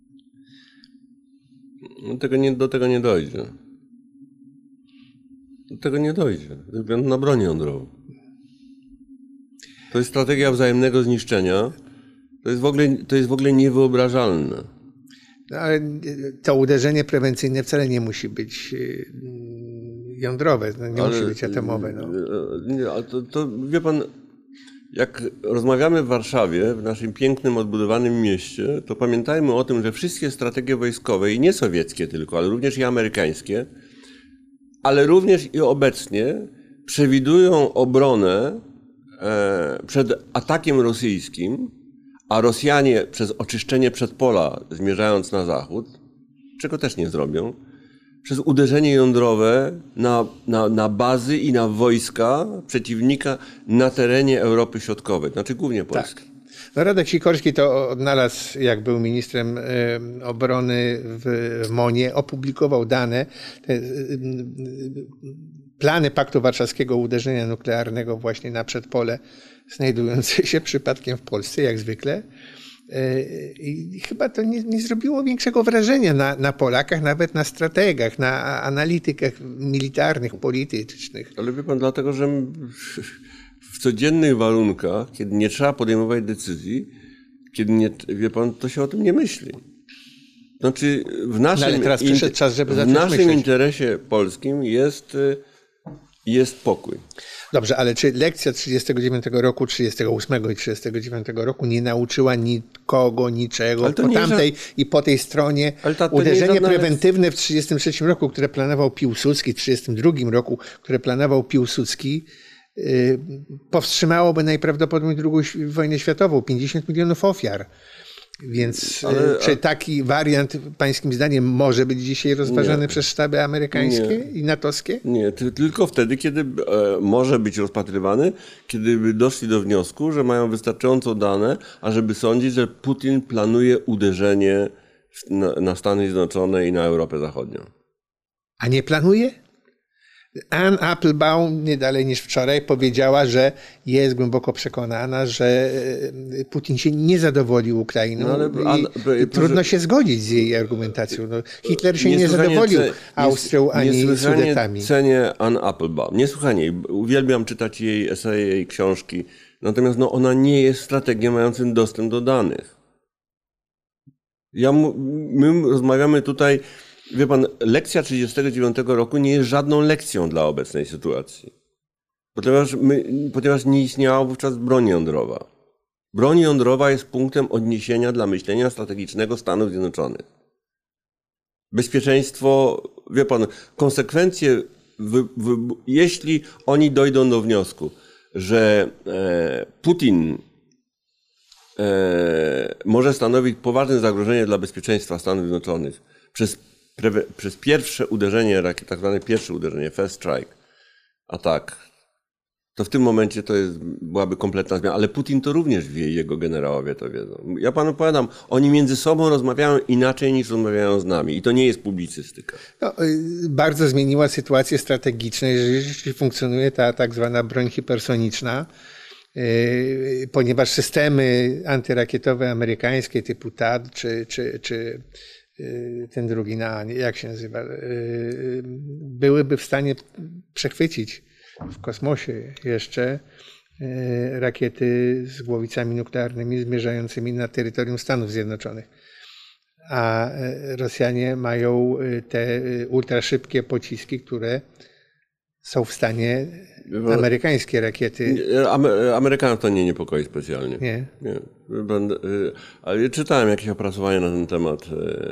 No tego nie, do tego nie dojdzie. Do tego nie dojdzie. Będą na broń jądrową. To jest strategia wzajemnego zniszczenia. To jest w ogóle, to jest w ogóle niewyobrażalne. No, ale to uderzenie prewencyjne wcale nie musi być jądrowe, no, nie ale, musi być atomowe. No. Nie, to, to wie pan, jak rozmawiamy w Warszawie, w naszym pięknym, odbudowanym mieście, to pamiętajmy o tym, że wszystkie strategie wojskowe, i nie sowieckie tylko, ale również i amerykańskie, ale również i obecnie przewidują obronę e, przed atakiem rosyjskim, a Rosjanie przez oczyszczenie przedpola, zmierzając na zachód, czego też nie zrobią, przez uderzenie jądrowe na, na, na bazy i na wojska przeciwnika na terenie Europy Środkowej, znaczy głównie Polski. Tak. No Radek Sikorski to odnalazł, jak był ministrem obrony w Monie, opublikował dane, te plany Paktu Warszawskiego uderzenia nuklearnego właśnie na przedpole znajdujące się przypadkiem w Polsce, jak zwykle. I chyba to nie, nie zrobiło większego wrażenia na, na Polakach, nawet na strategach, na analitykach militarnych, politycznych. Ale wie pan, dlatego, że w codziennych warunkach, kiedy nie trzeba podejmować decyzji, kiedy nie, wie pan, to się o tym nie myśli. Znaczy w naszym, no ale teraz przyszedł czas, żeby zacząć w naszym myśleć. Interesie polskim jest, jest pokój. Dobrze, ale czy lekcja trzydziestego dziewiątego roku, trzydziestego ósmego i trzydziestego dziewiątego roku nie nauczyła nikogo niczego po tamtej ża- i po tej stronie? Ta, uderzenie prewentywne w trzydziestym trzecim roku, które planował Piłsudski, w trzydziestym drugim roku, które planował Piłsudski, yy, powstrzymałoby najprawdopodobniej drugą wojnę światową, pięćdziesiąt milionów ofiar. Więc ale, czy taki wariant pańskim zdaniem może być dzisiaj rozważany nie, przez sztaby amerykańskie nie, i natowskie? Nie, tylko wtedy, kiedy e, może być rozpatrywany, kiedy by doszli do wniosku, że mają wystarczająco dane, ażeby sądzić, że Putin planuje uderzenie na, na Stany Zjednoczone i na Europę Zachodnią. A nie planuje? Ann Applebaum nie dalej niż wczoraj powiedziała, że jest głęboko przekonana, że Putin się nie zadowolił Ukrainą. No ale, i ale, trudno proszę, się zgodzić z jej argumentacją. No, Hitler się nie, nie zadowolił ce, Austrią nie, ani Sudetami. Cenię Ann Applebaum. Niesłychanie. Uwielbiam czytać jej eseje, jej książki. Natomiast no, ona nie jest strategiem mającym dostęp do danych. Ja, my rozmawiamy tutaj. Wie pan, lekcja trzydziestego dziewiątego roku nie jest żadną lekcją dla obecnej sytuacji. Ponieważ, my, ponieważ nie istniała wówczas broń jądrowa. Broń jądrowa jest punktem odniesienia dla myślenia strategicznego Stanów Zjednoczonych. Bezpieczeństwo, wie pan, konsekwencje, wy, wy, jeśli oni dojdą do wniosku, że e, Putin e, może stanowić poważne zagrożenie dla bezpieczeństwa Stanów Zjednoczonych przez Pre, przez pierwsze uderzenie, tak zwane pierwsze uderzenie, first strike, atak, to w tym momencie to jest, byłaby kompletna zmiana. Ale Putin to również wie, jego generałowie to wiedzą. Ja panu powiadam, oni między sobą rozmawiają inaczej niż rozmawiają z nami. I to nie jest publicystyka. No, bardzo zmieniła sytuację strategiczną, jeżeli funkcjonuje ta tak zwana broń hipersoniczna, yy, ponieważ systemy antyrakietowe amerykańskie typu T A D czy, czy, czy ten drugi, na, jak się nazywa, byłyby w stanie przechwycić w kosmosie jeszcze rakiety z głowicami nuklearnymi zmierzającymi na terytorium Stanów Zjednoczonych. A Rosjanie mają te ultraszybkie pociski, które są w stanie amerykańskie rakiety. Amerykanów to nie niepokoi specjalnie. Nie. nie. Ale czytałem jakieś opracowania na ten temat.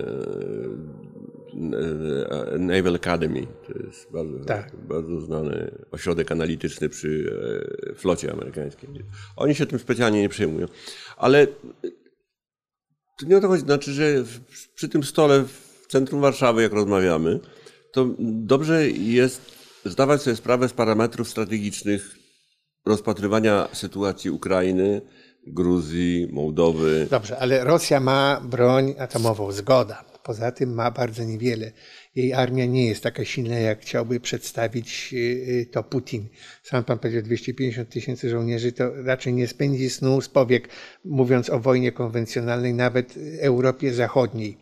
Naval Academy. To jest bardzo, tak. bardzo znany ośrodek analityczny przy flocie amerykańskiej. Oni się tym specjalnie nie przejmują. Ale to nie o to chodzi. Znaczy, że przy tym stole w centrum Warszawy, jak rozmawiamy, to dobrze jest zdawać sobie sprawę z parametrów strategicznych rozpatrywania sytuacji Ukrainy Gruzji, Mołdowy. Dobrze, ale Rosja ma broń atomową, zgoda. Poza tym ma bardzo niewiele. Jej armia nie jest taka silna, jak chciałby przedstawić to Putin. Sam pan powiedział dwieście pięćdziesiąt tysięcy żołnierzy, to raczej nie spędzi snu z powiek, mówiąc o wojnie konwencjonalnej, nawet Europie Zachodniej.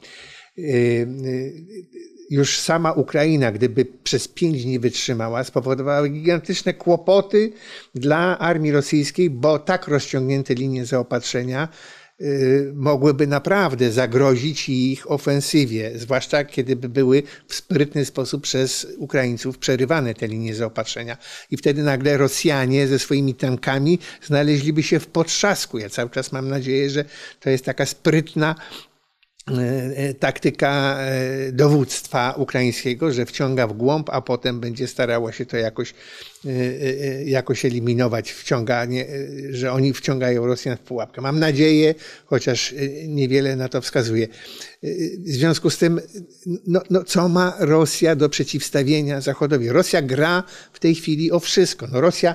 Już sama Ukraina, gdyby przez pięć dni wytrzymała, spowodowała gigantyczne kłopoty dla armii rosyjskiej, bo tak rozciągnięte linie zaopatrzenia mogłyby naprawdę zagrozić ich ofensywie, zwłaszcza kiedy by były w sprytny sposób przez Ukraińców przerywane te linie zaopatrzenia. I wtedy nagle Rosjanie ze swoimi tankami znaleźliby się w potrzasku. Ja cały czas mam nadzieję, że to jest taka sprytna taktyka dowództwa ukraińskiego, że wciąga w głąb, a potem będzie starała się to jakoś, jakoś eliminować, wciąganie, że oni wciągają Rosjan w pułapkę. Mam nadzieję, chociaż niewiele na to wskazuje. W związku z tym, no, no, co ma Rosja do przeciwstawienia Zachodowi? Rosja gra w tej chwili o wszystko. No, Rosja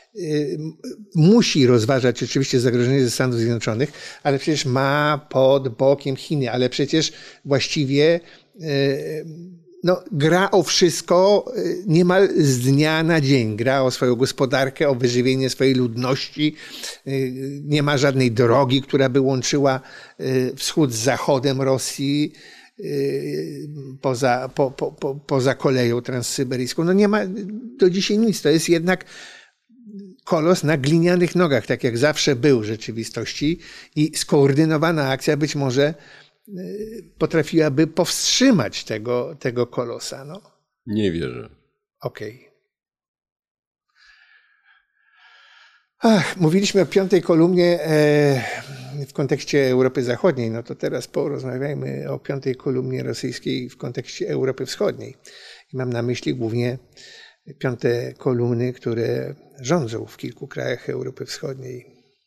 musi rozważać oczywiście zagrożenie ze Stanów Zjednoczonych, ale przecież ma pod bokiem Chiny, ale przecież właściwie no, gra o wszystko niemal z dnia na dzień. Gra o swoją gospodarkę, o wyżywienie swojej ludności. Nie ma żadnej drogi, która by łączyła wschód z zachodem Rosji poza, po, po, po, poza koleją transsyberyjską. No nie ma do dzisiaj nic. To jest jednak kolos na glinianych nogach, tak jak zawsze był w rzeczywistości, i skoordynowana akcja być może potrafiłaby powstrzymać tego, tego kolosa. No. Nie wierzę. Okej. Ach, mówiliśmy o piątej kolumnie e, w kontekście Europy Zachodniej, no to teraz porozmawiajmy o piątej kolumnie rosyjskiej w kontekście Europy Wschodniej. I mam na myśli głównie piąte kolumny, które rządzą w kilku krajach Europy Wschodniej.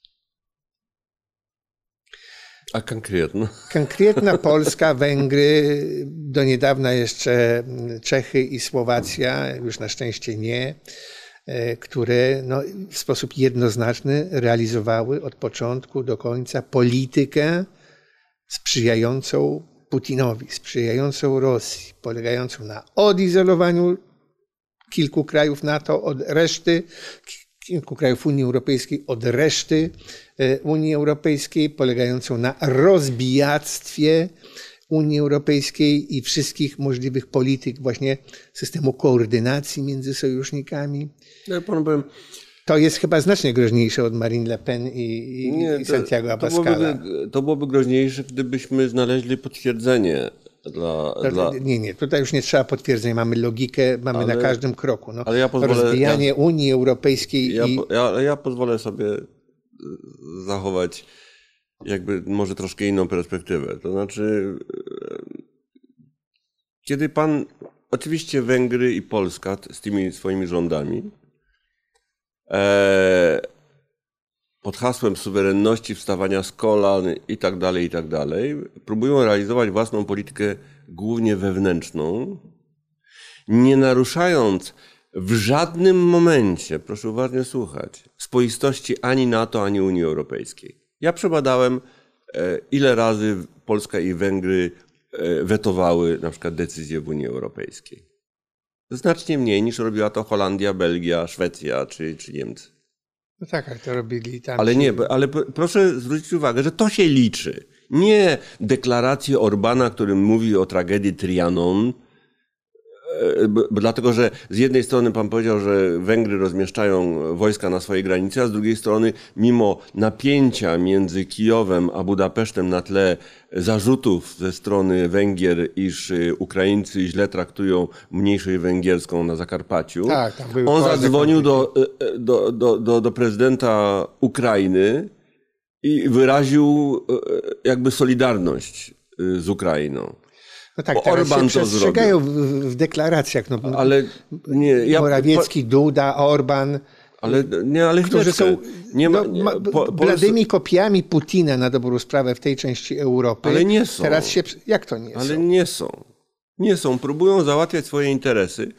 A konkretno? Konkretna Polska, Węgry, do niedawna jeszcze Czechy i Słowacja, już na szczęście nie, które no, w sposób jednoznaczny realizowały od początku do końca politykę sprzyjającą Putinowi, sprzyjającą Rosji, polegającą na odizolowaniu kilku krajów NATO od reszty, kilku krajów Unii Europejskiej od reszty Unii Europejskiej, polegającą na rozbijactwie Unii Europejskiej i wszystkich możliwych polityk, właśnie systemu koordynacji między sojusznikami. Ja panu powiem, to jest chyba znacznie groźniejsze od Marine Le Pen i, i, nie, i Santiago to, Abascala. To byłoby, to byłoby groźniejsze, gdybyśmy znaleźli potwierdzenie. Dla, to, dla... Nie, nie, tutaj już nie trzeba potwierdzenia, mamy logikę, mamy ale, na każdym kroku. No, ale ja pozwolę, rozbijanie ja, Unii Europejskiej. Ja, i... ja, ja pozwolę sobie zachować jakby może troszkę inną perspektywę. To znaczy, kiedy pan, oczywiście Węgry i Polska z tymi swoimi rządami, e, pod hasłem suwerenności, wstawania z kolan i tak dalej, i tak dalej, próbują realizować własną politykę głównie wewnętrzną, nie naruszając w żadnym momencie, proszę uważnie słuchać, spoistości ani NATO, ani Unii Europejskiej. Ja przebadałem, ile razy Polska i Węgry wetowały na przykład decyzje w Unii Europejskiej. Znacznie mniej niż robiła to Holandia, Belgia, Szwecja czy, czy Niemcy. No tak, ale to robili tam. Ale nie, ale proszę zwrócić uwagę, że to się liczy. Nie deklaracje Orbana, który mówi o tragedii Trianon, dlatego że z jednej strony pan powiedział, że Węgry rozmieszczają wojska na swojej granicy, a z drugiej strony mimo napięcia między Kijowem a Budapesztem na tle zarzutów ze strony Węgier, iż Ukraińcy źle traktują mniejszość węgierską na Zakarpaciu, tak, on zadzwonił do, do, do, do, do prezydenta Ukrainy i wyraził jakby solidarność z Ukrainą. No tak, teraz Orban się przestrzegają w, w deklaracjach. No, ale nie, ja, Morawiecki, Duda, Orban, ale, nie, ale którzy są nie ma, no, ma, po, bladymi kopiami Putina na dobrą sprawę w tej części Europy. Ale nie są. Teraz się, jak to nie ale są? Ale nie są. Nie są. Próbują załatwiać swoje interesy,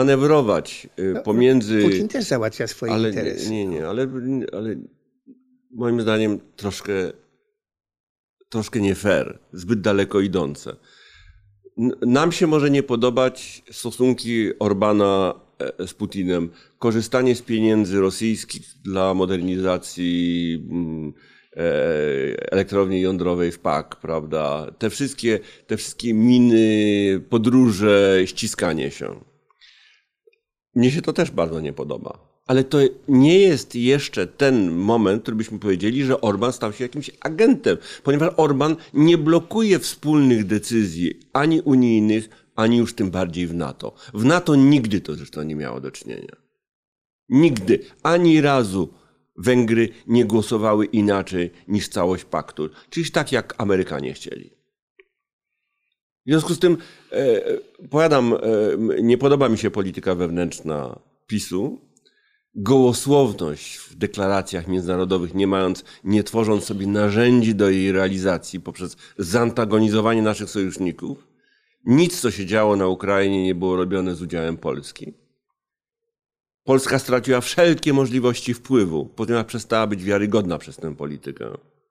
manewrować no, pomiędzy... Putin też załatwia swoje ale interesy. Nie, nie, nie ale, ale moim zdaniem troszkę, troszkę nie fair, zbyt daleko idące. Nam się może nie podobać stosunki Orbana z Putinem, korzystanie z pieniędzy rosyjskich dla modernizacji elektrowni jądrowej w P A K, prawda? Te wszystkie, te wszystkie miny, podróże, ściskanie się. Mnie się to też bardzo nie podoba. Ale to nie jest jeszcze ten moment, który byśmy powiedzieli, że Orban stał się jakimś agentem, ponieważ Orban nie blokuje wspólnych decyzji ani unijnych, ani już tym bardziej w NATO. W NATO nigdy to zresztą nie miało do czynienia. Nigdy, ani razu Węgry nie głosowały inaczej niż całość paktu. Czyli tak, jak Amerykanie chcieli. W związku z tym, e, powiadam, e, nie podoba mi się polityka wewnętrzna PiSu. Gołosłowność w deklaracjach międzynarodowych, nie mając, nie tworząc sobie narzędzi do jej realizacji poprzez zantagonizowanie naszych sojuszników. Nic, co się działo na Ukrainie, nie było robione z udziałem Polski. Polska straciła wszelkie możliwości wpływu, ponieważ przestała być wiarygodna przez tę politykę.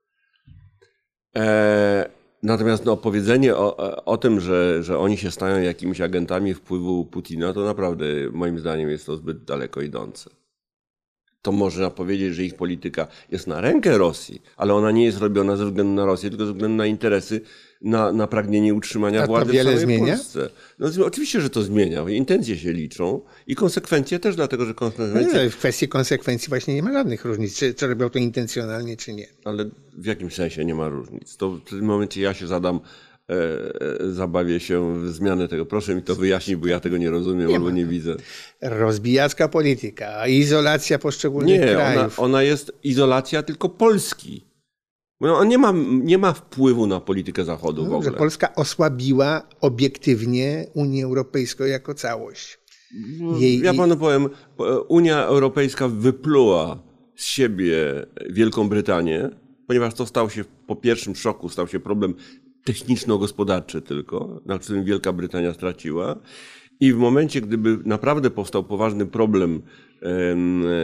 E, natomiast no, powiedzenie o, o tym, że, że oni się stają jakimiś agentami wpływu Putina, to naprawdę moim zdaniem jest to zbyt daleko idące. To można powiedzieć, że ich polityka jest na rękę Rosji, ale ona nie jest robiona ze względu na Rosję, tylko ze względu na interesy, na, na pragnienie utrzymania A władzy to wiele w samej zmienia? Polsce. No, oczywiście, że to zmienia. Intencje się liczą i konsekwencje też, dlatego że konsekwencje... No, w kwestii konsekwencji właśnie nie ma żadnych różnic, czy, czy robią to intencjonalnie, czy nie. Ale w jakim sensie nie ma różnic? To w tym momencie ja się zadam, e, zabawię się w zmianę tego. Proszę mi to wyjaśnić, bo ja tego nie rozumiem Nie albo ma. nie widzę. Rozbijacka polityka, izolacja poszczególnych Nie, ona, krajów. ona jest izolacja tylko Polski. Bo on nie ma, nie ma wpływu na politykę Zachodu No w dobrze, ogóle. Polska osłabiła obiektywnie Unię Europejską jako całość. Jej, Ja panu powiem, Unia Europejska wypluła z siebie Wielką Brytanię, ponieważ to stał się po pierwszym szoku, stał się problem techniczno-gospodarczy tylko, na którym Wielka Brytania straciła. I w momencie, gdyby naprawdę powstał poważny problem e,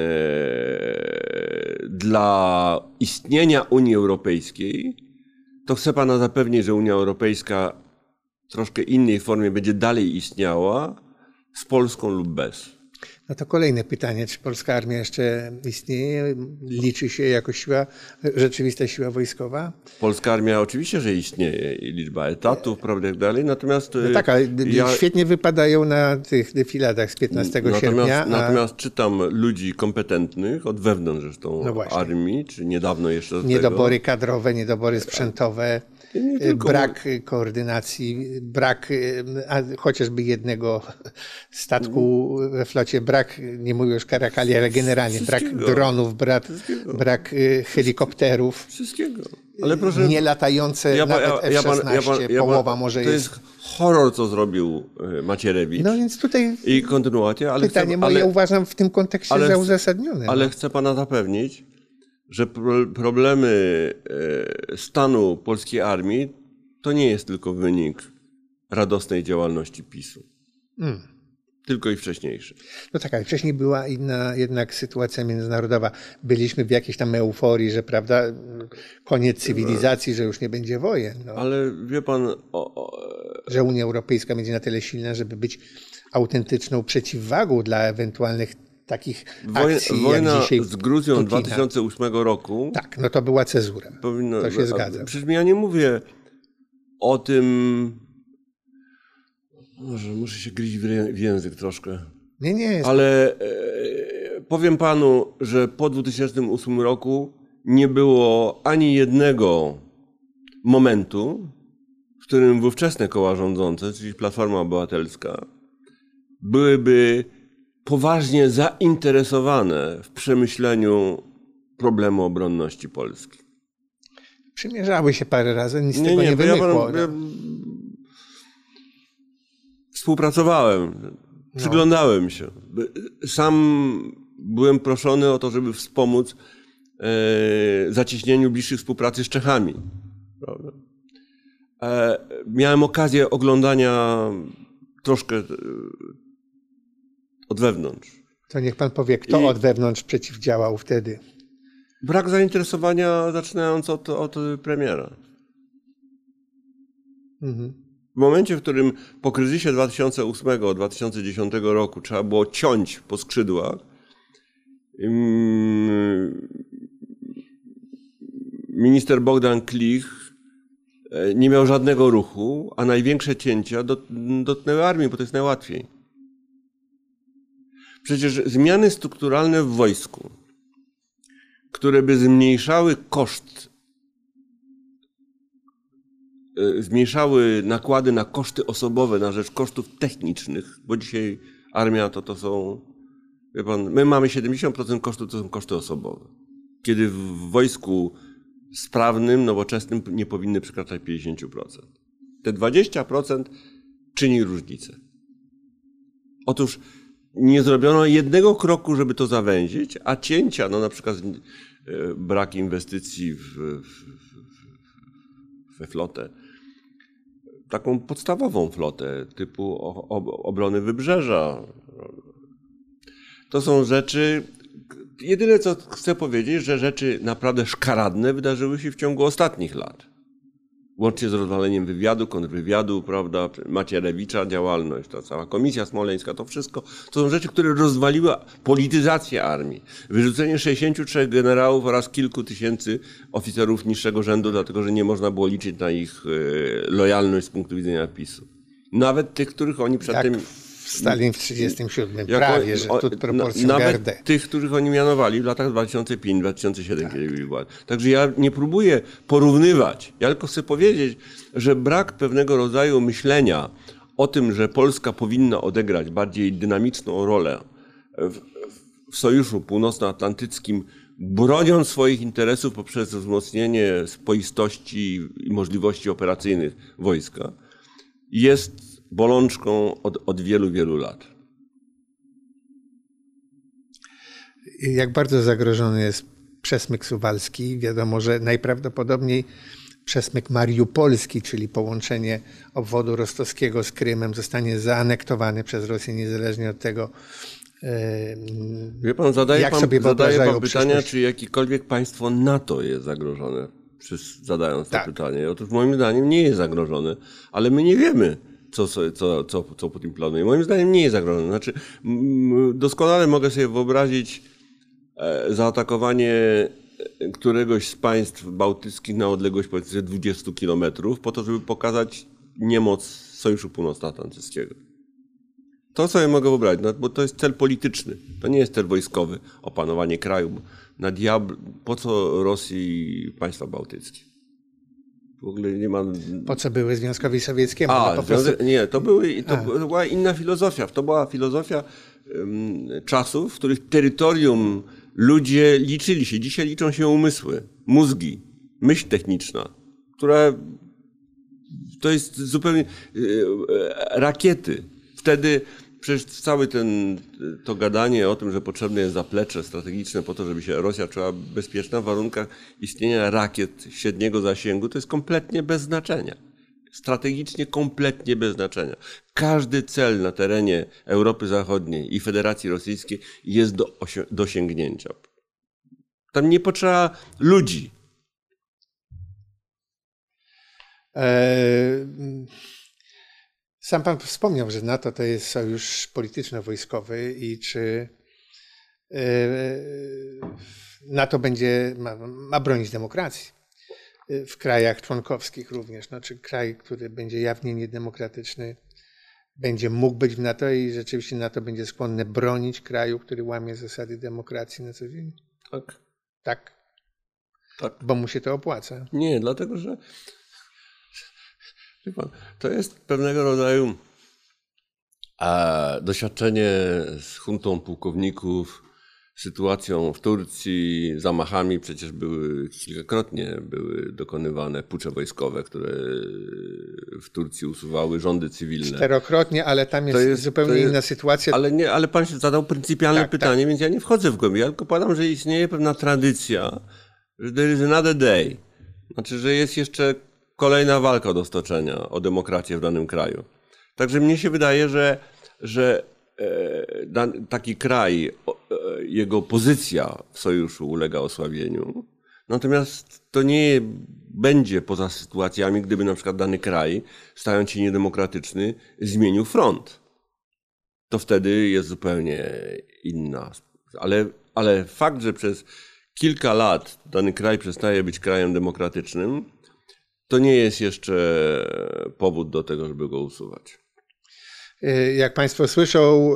dla istnienia Unii Europejskiej, to chcę pana zapewnić, że Unia Europejska w troszkę innej formie będzie dalej istniała, z Polską lub bez. No to kolejne pytanie, czy polska armia jeszcze istnieje? Liczy się jako siła, rzeczywista siła wojskowa? Polska armia oczywiście, że istnieje i liczba etatów, prawda, jak dalej, natomiast... No tak, ale ja, świetnie wypadają na tych defiladach z piętnastego natomiast, sierpnia. A... Natomiast czytam ludzi kompetentnych, od wewnątrz zresztą No właśnie. armii, czy niedawno jeszcze z Niedobory tego. kadrowe, niedobory sprzętowe, Nie tylko, brak koordynacji, brak a, chociażby jednego statku we flocie, brak, nie mówię już karakali, ale generalnie brak Wszystkiego. dronów, brak, brak y, helikopterów, Wszystkiego. Ale proszę, nie latające ja, nawet ja, ja, pan- F szesnaście, ja, pan- ja, pan- połowa może to jest. jest horror, co zrobił e, Macierewicz. No więc tutaj I kontynuacja, ale pytanie chcę, moje ale, uważam w tym kontekście ale- za uzasadnione. ale no. chcę pana zapewnić, że pro, problemy e, stanu polskiej armii to nie jest tylko wynik radosnej działalności PiSu. Mm. Tylko i wcześniejszy. No tak, ale wcześniej była inna jednak sytuacja międzynarodowa. Byliśmy w jakiejś tam euforii, że prawda, koniec cywilizacji, że już nie będzie wojen. No. Ale wie pan, o, o, Że Unia Europejska będzie na tyle silna, żeby być autentyczną przeciwwagą dla ewentualnych takich woj, akcji wojna jak dzisiaj z Gruzją Putina. dwa tysiące ósmego roku... Tak, no to była cezura. Powinno, To się zgadza. Przecież ja nie mówię o tym... Może muszę się gryźć w rę- w język troszkę. Nie, nie, jest Ale e, powiem panu, że po dwutysięcznym ósmym roku nie było ani jednego momentu, w którym w ówczesne koła rządzące, czyli Platforma Obywatelska, byłyby poważnie zainteresowane w przemyśleniu problemu obronności Polski. przymierzały się parę razy, nic z tego nie bo ja, wymykło. pan- ja współpracowałem, przyglądałem się. Sam byłem proszony o to, żeby wspomóc e, zacieśnieniu bliższej współpracy z Czechami. Prawda? E, miałem okazję oglądania troszkę e, od wewnątrz. To niech pan powie, kto I- od wewnątrz przeciwdziałał wtedy. Brak zainteresowania, zaczynając od, od premiera. Mhm. W momencie, w którym po kryzysie dwa tysiące ósmego do dwa tysiące dziesiątego roku trzeba było ciąć po skrzydłach, minister Bogdan Klich nie miał żadnego ruchu, a największe cięcia dotknęły armii, bo to jest najłatwiej. Przecież zmiany strukturalne w wojsku, które by zmniejszały koszt, zmniejszały nakłady na koszty osobowe na rzecz kosztów technicznych, bo dzisiaj armia to, to są, wie pan, my mamy siedemdziesiąt procent kosztów, to są koszty osobowe. Kiedy w wojsku sprawnym, nowoczesnym nie powinny przekraczać pięćdziesiąt procent. Te dwadzieścia procent czyni różnicę. Otóż nie zrobiono jednego kroku, żeby to zawęzić, a cięcia, no na przykład brak inwestycji w, w, w, we flotę, taką podstawową flotę typu obrony wybrzeża. To są rzeczy, jedyne co chcę powiedzieć, że rzeczy naprawdę szkaradne wydarzyły się w ciągu ostatnich lat. Łącznie z rozwaleniem wywiadu, kontrwywiadu, prawda, Macierewicza, działalność, ta cała komisja smoleńska, to wszystko, to są rzeczy, które rozwaliły polityzację armii. Wyrzucenie sześćdziesięciu trzech generałów oraz kilku tysięcy oficerów niższego rzędu, dlatego że nie można było liczyć na ich lojalność z punktu widzenia PiSu. Nawet tych, których oni przedtem... Stalin w trzydziestym siódmym, prawie, że tu proporcją Nawet gardę. tych, których oni mianowali w latach dwa tysiące piąty do dwa tysiące siódmego, tak. Kiedy byli władzy. Także ja nie próbuję porównywać. Ja tylko chcę powiedzieć, że brak pewnego rodzaju myślenia o tym, że Polska powinna odegrać bardziej dynamiczną rolę w, w Sojuszu Północnoatlantyckim, broniąc swoich interesów poprzez wzmocnienie spoistości i możliwości operacyjnych wojska, jest bolączką od, od wielu, wielu lat. Jak bardzo zagrożony jest przesmyk suwalski? Wiadomo, że najprawdopodobniej przesmyk mariupolski, czyli połączenie obwodu rostowskiego z Krymem, zostanie zaanektowany przez Rosję niezależnie od tego, Wie pan, zadaje jak pan, sobie zadaje wyobrażają pan pytania, przyszłość. czy jakiekolwiek państwo NATO jest zagrożone, zadając to tak. pytanie. Otóż moim zdaniem nie jest zagrożone, ale my nie wiemy, co, co, co, co Putin planuje. Moim zdaniem nie jest zagrożone. Znaczy, doskonale mogę sobie wyobrazić zaatakowanie któregoś z państw bałtyckich na odległość powiedzmy dwudziestu kilometrów po to, żeby pokazać niemoc Sojuszu Północnoatlantyckiego. To sobie mogę wyobrazić, no, bo to jest cel polityczny. To nie jest cel wojskowy, opanowanie kraju. Na diabl, po co Rosji państwa bałtyckie? W ogóle nie ma... Po co były Związkowi Sowieckiemu? A, no po prostu... nie, to, były, to była inna filozofia. To była filozofia um, czasów, w których terytorium ludzie liczyli się. Dzisiaj liczą się umysły, mózgi, myśl techniczna, która to jest zupełnie... rakiety. Wtedy przecież cały ten, to gadanie o tym, że potrzebne jest zaplecze strategiczne po to, żeby się Rosja czuła bezpieczna w warunkach istnienia rakiet średniego zasięgu, to jest kompletnie bez znaczenia. Strategicznie kompletnie bez znaczenia. Każdy cel na terenie Europy Zachodniej i Federacji Rosyjskiej jest do dosięgnięcia. Tam nie potrzeba ludzi. Eee... Sam pan wspomniał, że NATO to jest sojusz polityczno-wojskowy i czy NATO będzie, ma, ma bronić demokracji w krajach członkowskich również. No, czy kraj, który będzie jawnie niedemokratyczny, będzie mógł być w NATO i rzeczywiście NATO będzie skłonne bronić kraju, który łamie zasady demokracji na co dzień? Tak. Tak? Tak. Bo mu się to opłaca. Nie, dlatego że to jest pewnego rodzaju a, doświadczenie z huntą pułkowników, sytuacją w Turcji, zamachami. Przecież były kilkakrotnie były dokonywane pucze wojskowe, które w Turcji usuwały rządy cywilne. Czterokrotnie, ale tam jest, jest zupełnie jest, inna sytuacja. Ale, nie, ale pan się zadał pryncypialne tak, pytanie, tak. Więc ja nie wchodzę w głębi. Ja tylko podam, że istnieje pewna tradycja, że there is another day. Znaczy, że jest jeszcze kolejna walka do stoczenia o demokrację w danym kraju. Także mnie się wydaje, że, że taki kraj, jego pozycja w sojuszu ulega osłabieniu. Natomiast to nie będzie poza sytuacjami, gdyby na przykład dany kraj, stając się niedemokratyczny, zmienił front. To wtedy jest zupełnie inna. Ale, ale fakt, że przez kilka lat dany kraj przestaje być krajem demokratycznym, to nie jest jeszcze powód do tego, żeby go usuwać. Jak Państwo słyszą,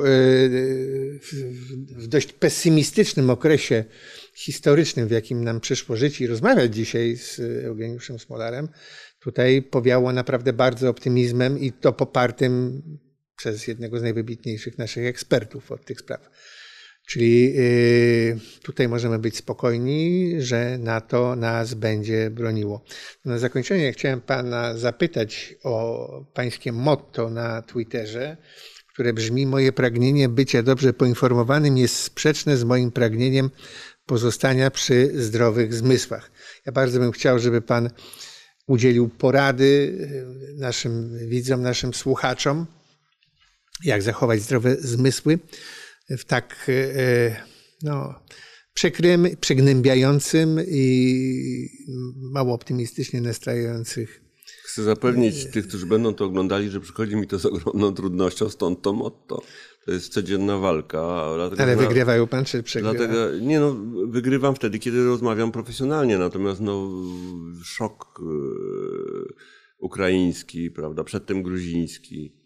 w dość pesymistycznym okresie historycznym, w jakim nam przyszło żyć i rozmawiać dzisiaj z Eugeniuszem Smolarem, tutaj powiało naprawdę bardzo optymizmem i to popartym przez jednego z najwybitniejszych naszych ekspertów od tych spraw. Czyli tutaj możemy być spokojni, że NATO nas będzie broniło. Na zakończenie chciałem Pana zapytać o Pańskie motto na Twitterze, które brzmi: moje pragnienie bycia dobrze poinformowanym jest sprzeczne z moim pragnieniem pozostania przy zdrowych zmysłach. Ja bardzo bym chciał, żeby Pan udzielił porady naszym widzom, naszym słuchaczom, jak zachować zdrowe zmysły w tak no, przykrym, przygnębiającym i mało optymistycznie nastrajających. Chcę zapewnić tych, którzy będą to oglądali, że przychodzi mi to z ogromną trudnością, stąd to motto. To jest codzienna walka. Ale wygrywają Pan czy przegrywa? Dlatego, nie no, wygrywam wtedy, kiedy rozmawiam profesjonalnie, natomiast no, szok yy, ukraiński, prawda, przedtem gruziński,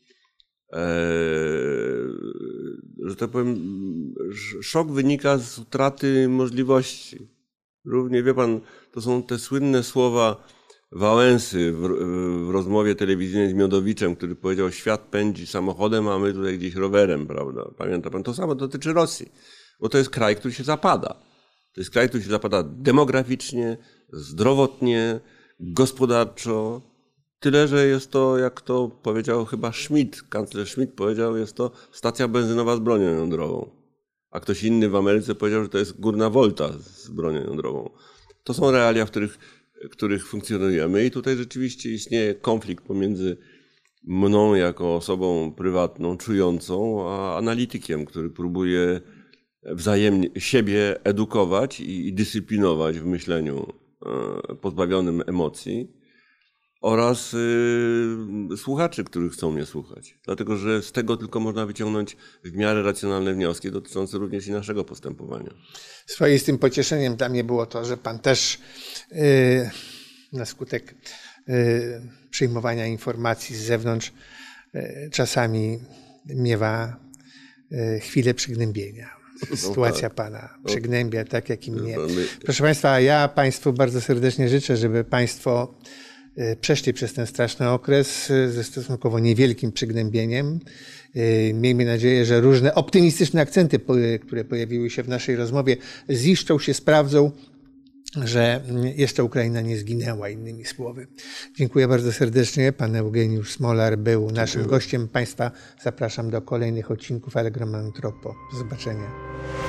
że tak powiem, szok wynika z utraty możliwości. Równie, wie pan, to są te słynne słowa Wałęsy w, w rozmowie telewizyjnej z Miodowiczem, który powiedział: świat pędzi samochodem, a my tutaj gdzieś rowerem, prawda? Pamięta pan? To samo dotyczy Rosji, bo to jest kraj, który się zapada. To jest kraj, który się zapada demograficznie, zdrowotnie, gospodarczo. Tyle, że jest to, jak to powiedział chyba Schmidt, kanclerz Schmidt powiedział, jest to stacja benzynowa z bronią jądrową. A ktoś inny w Ameryce powiedział, że to jest górna wolta z bronią jądrową. To są realia, w których, w których funkcjonujemy i tutaj rzeczywiście istnieje konflikt pomiędzy mną jako osobą prywatną, czującą, a analitykiem, który próbuje wzajemnie siebie edukować i, i dyscyplinować w myśleniu e, pozbawionym emocji. Oraz y, słuchaczy, których chcą mnie słuchać. Dlatego, że z tego tylko można wyciągnąć w miarę racjonalne wnioski dotyczące również i naszego postępowania. Swoistym pocieszeniem dla mnie było to, że Pan też y, na skutek y, przyjmowania informacji z zewnątrz y, czasami miewa y, chwilę przygnębienia. Sytuacja no tak. Pana przygnębia tak, jak i mnie. Proszę Państwa, ja Państwu bardzo serdecznie życzę, żeby Państwo przeszli przez ten straszny okres ze stosunkowo niewielkim przygnębieniem. Miejmy nadzieję, że różne optymistyczne akcenty, które pojawiły się w naszej rozmowie, ziszczą się, sprawdzą, że jeszcze Ukraina nie zginęła, innymi słowy. Dziękuję bardzo serdecznie. Pan Eugeniusz Smolar był naszym gościem. Państwa zapraszam do kolejnych odcinków Allegro Mantropo. Do zobaczenia.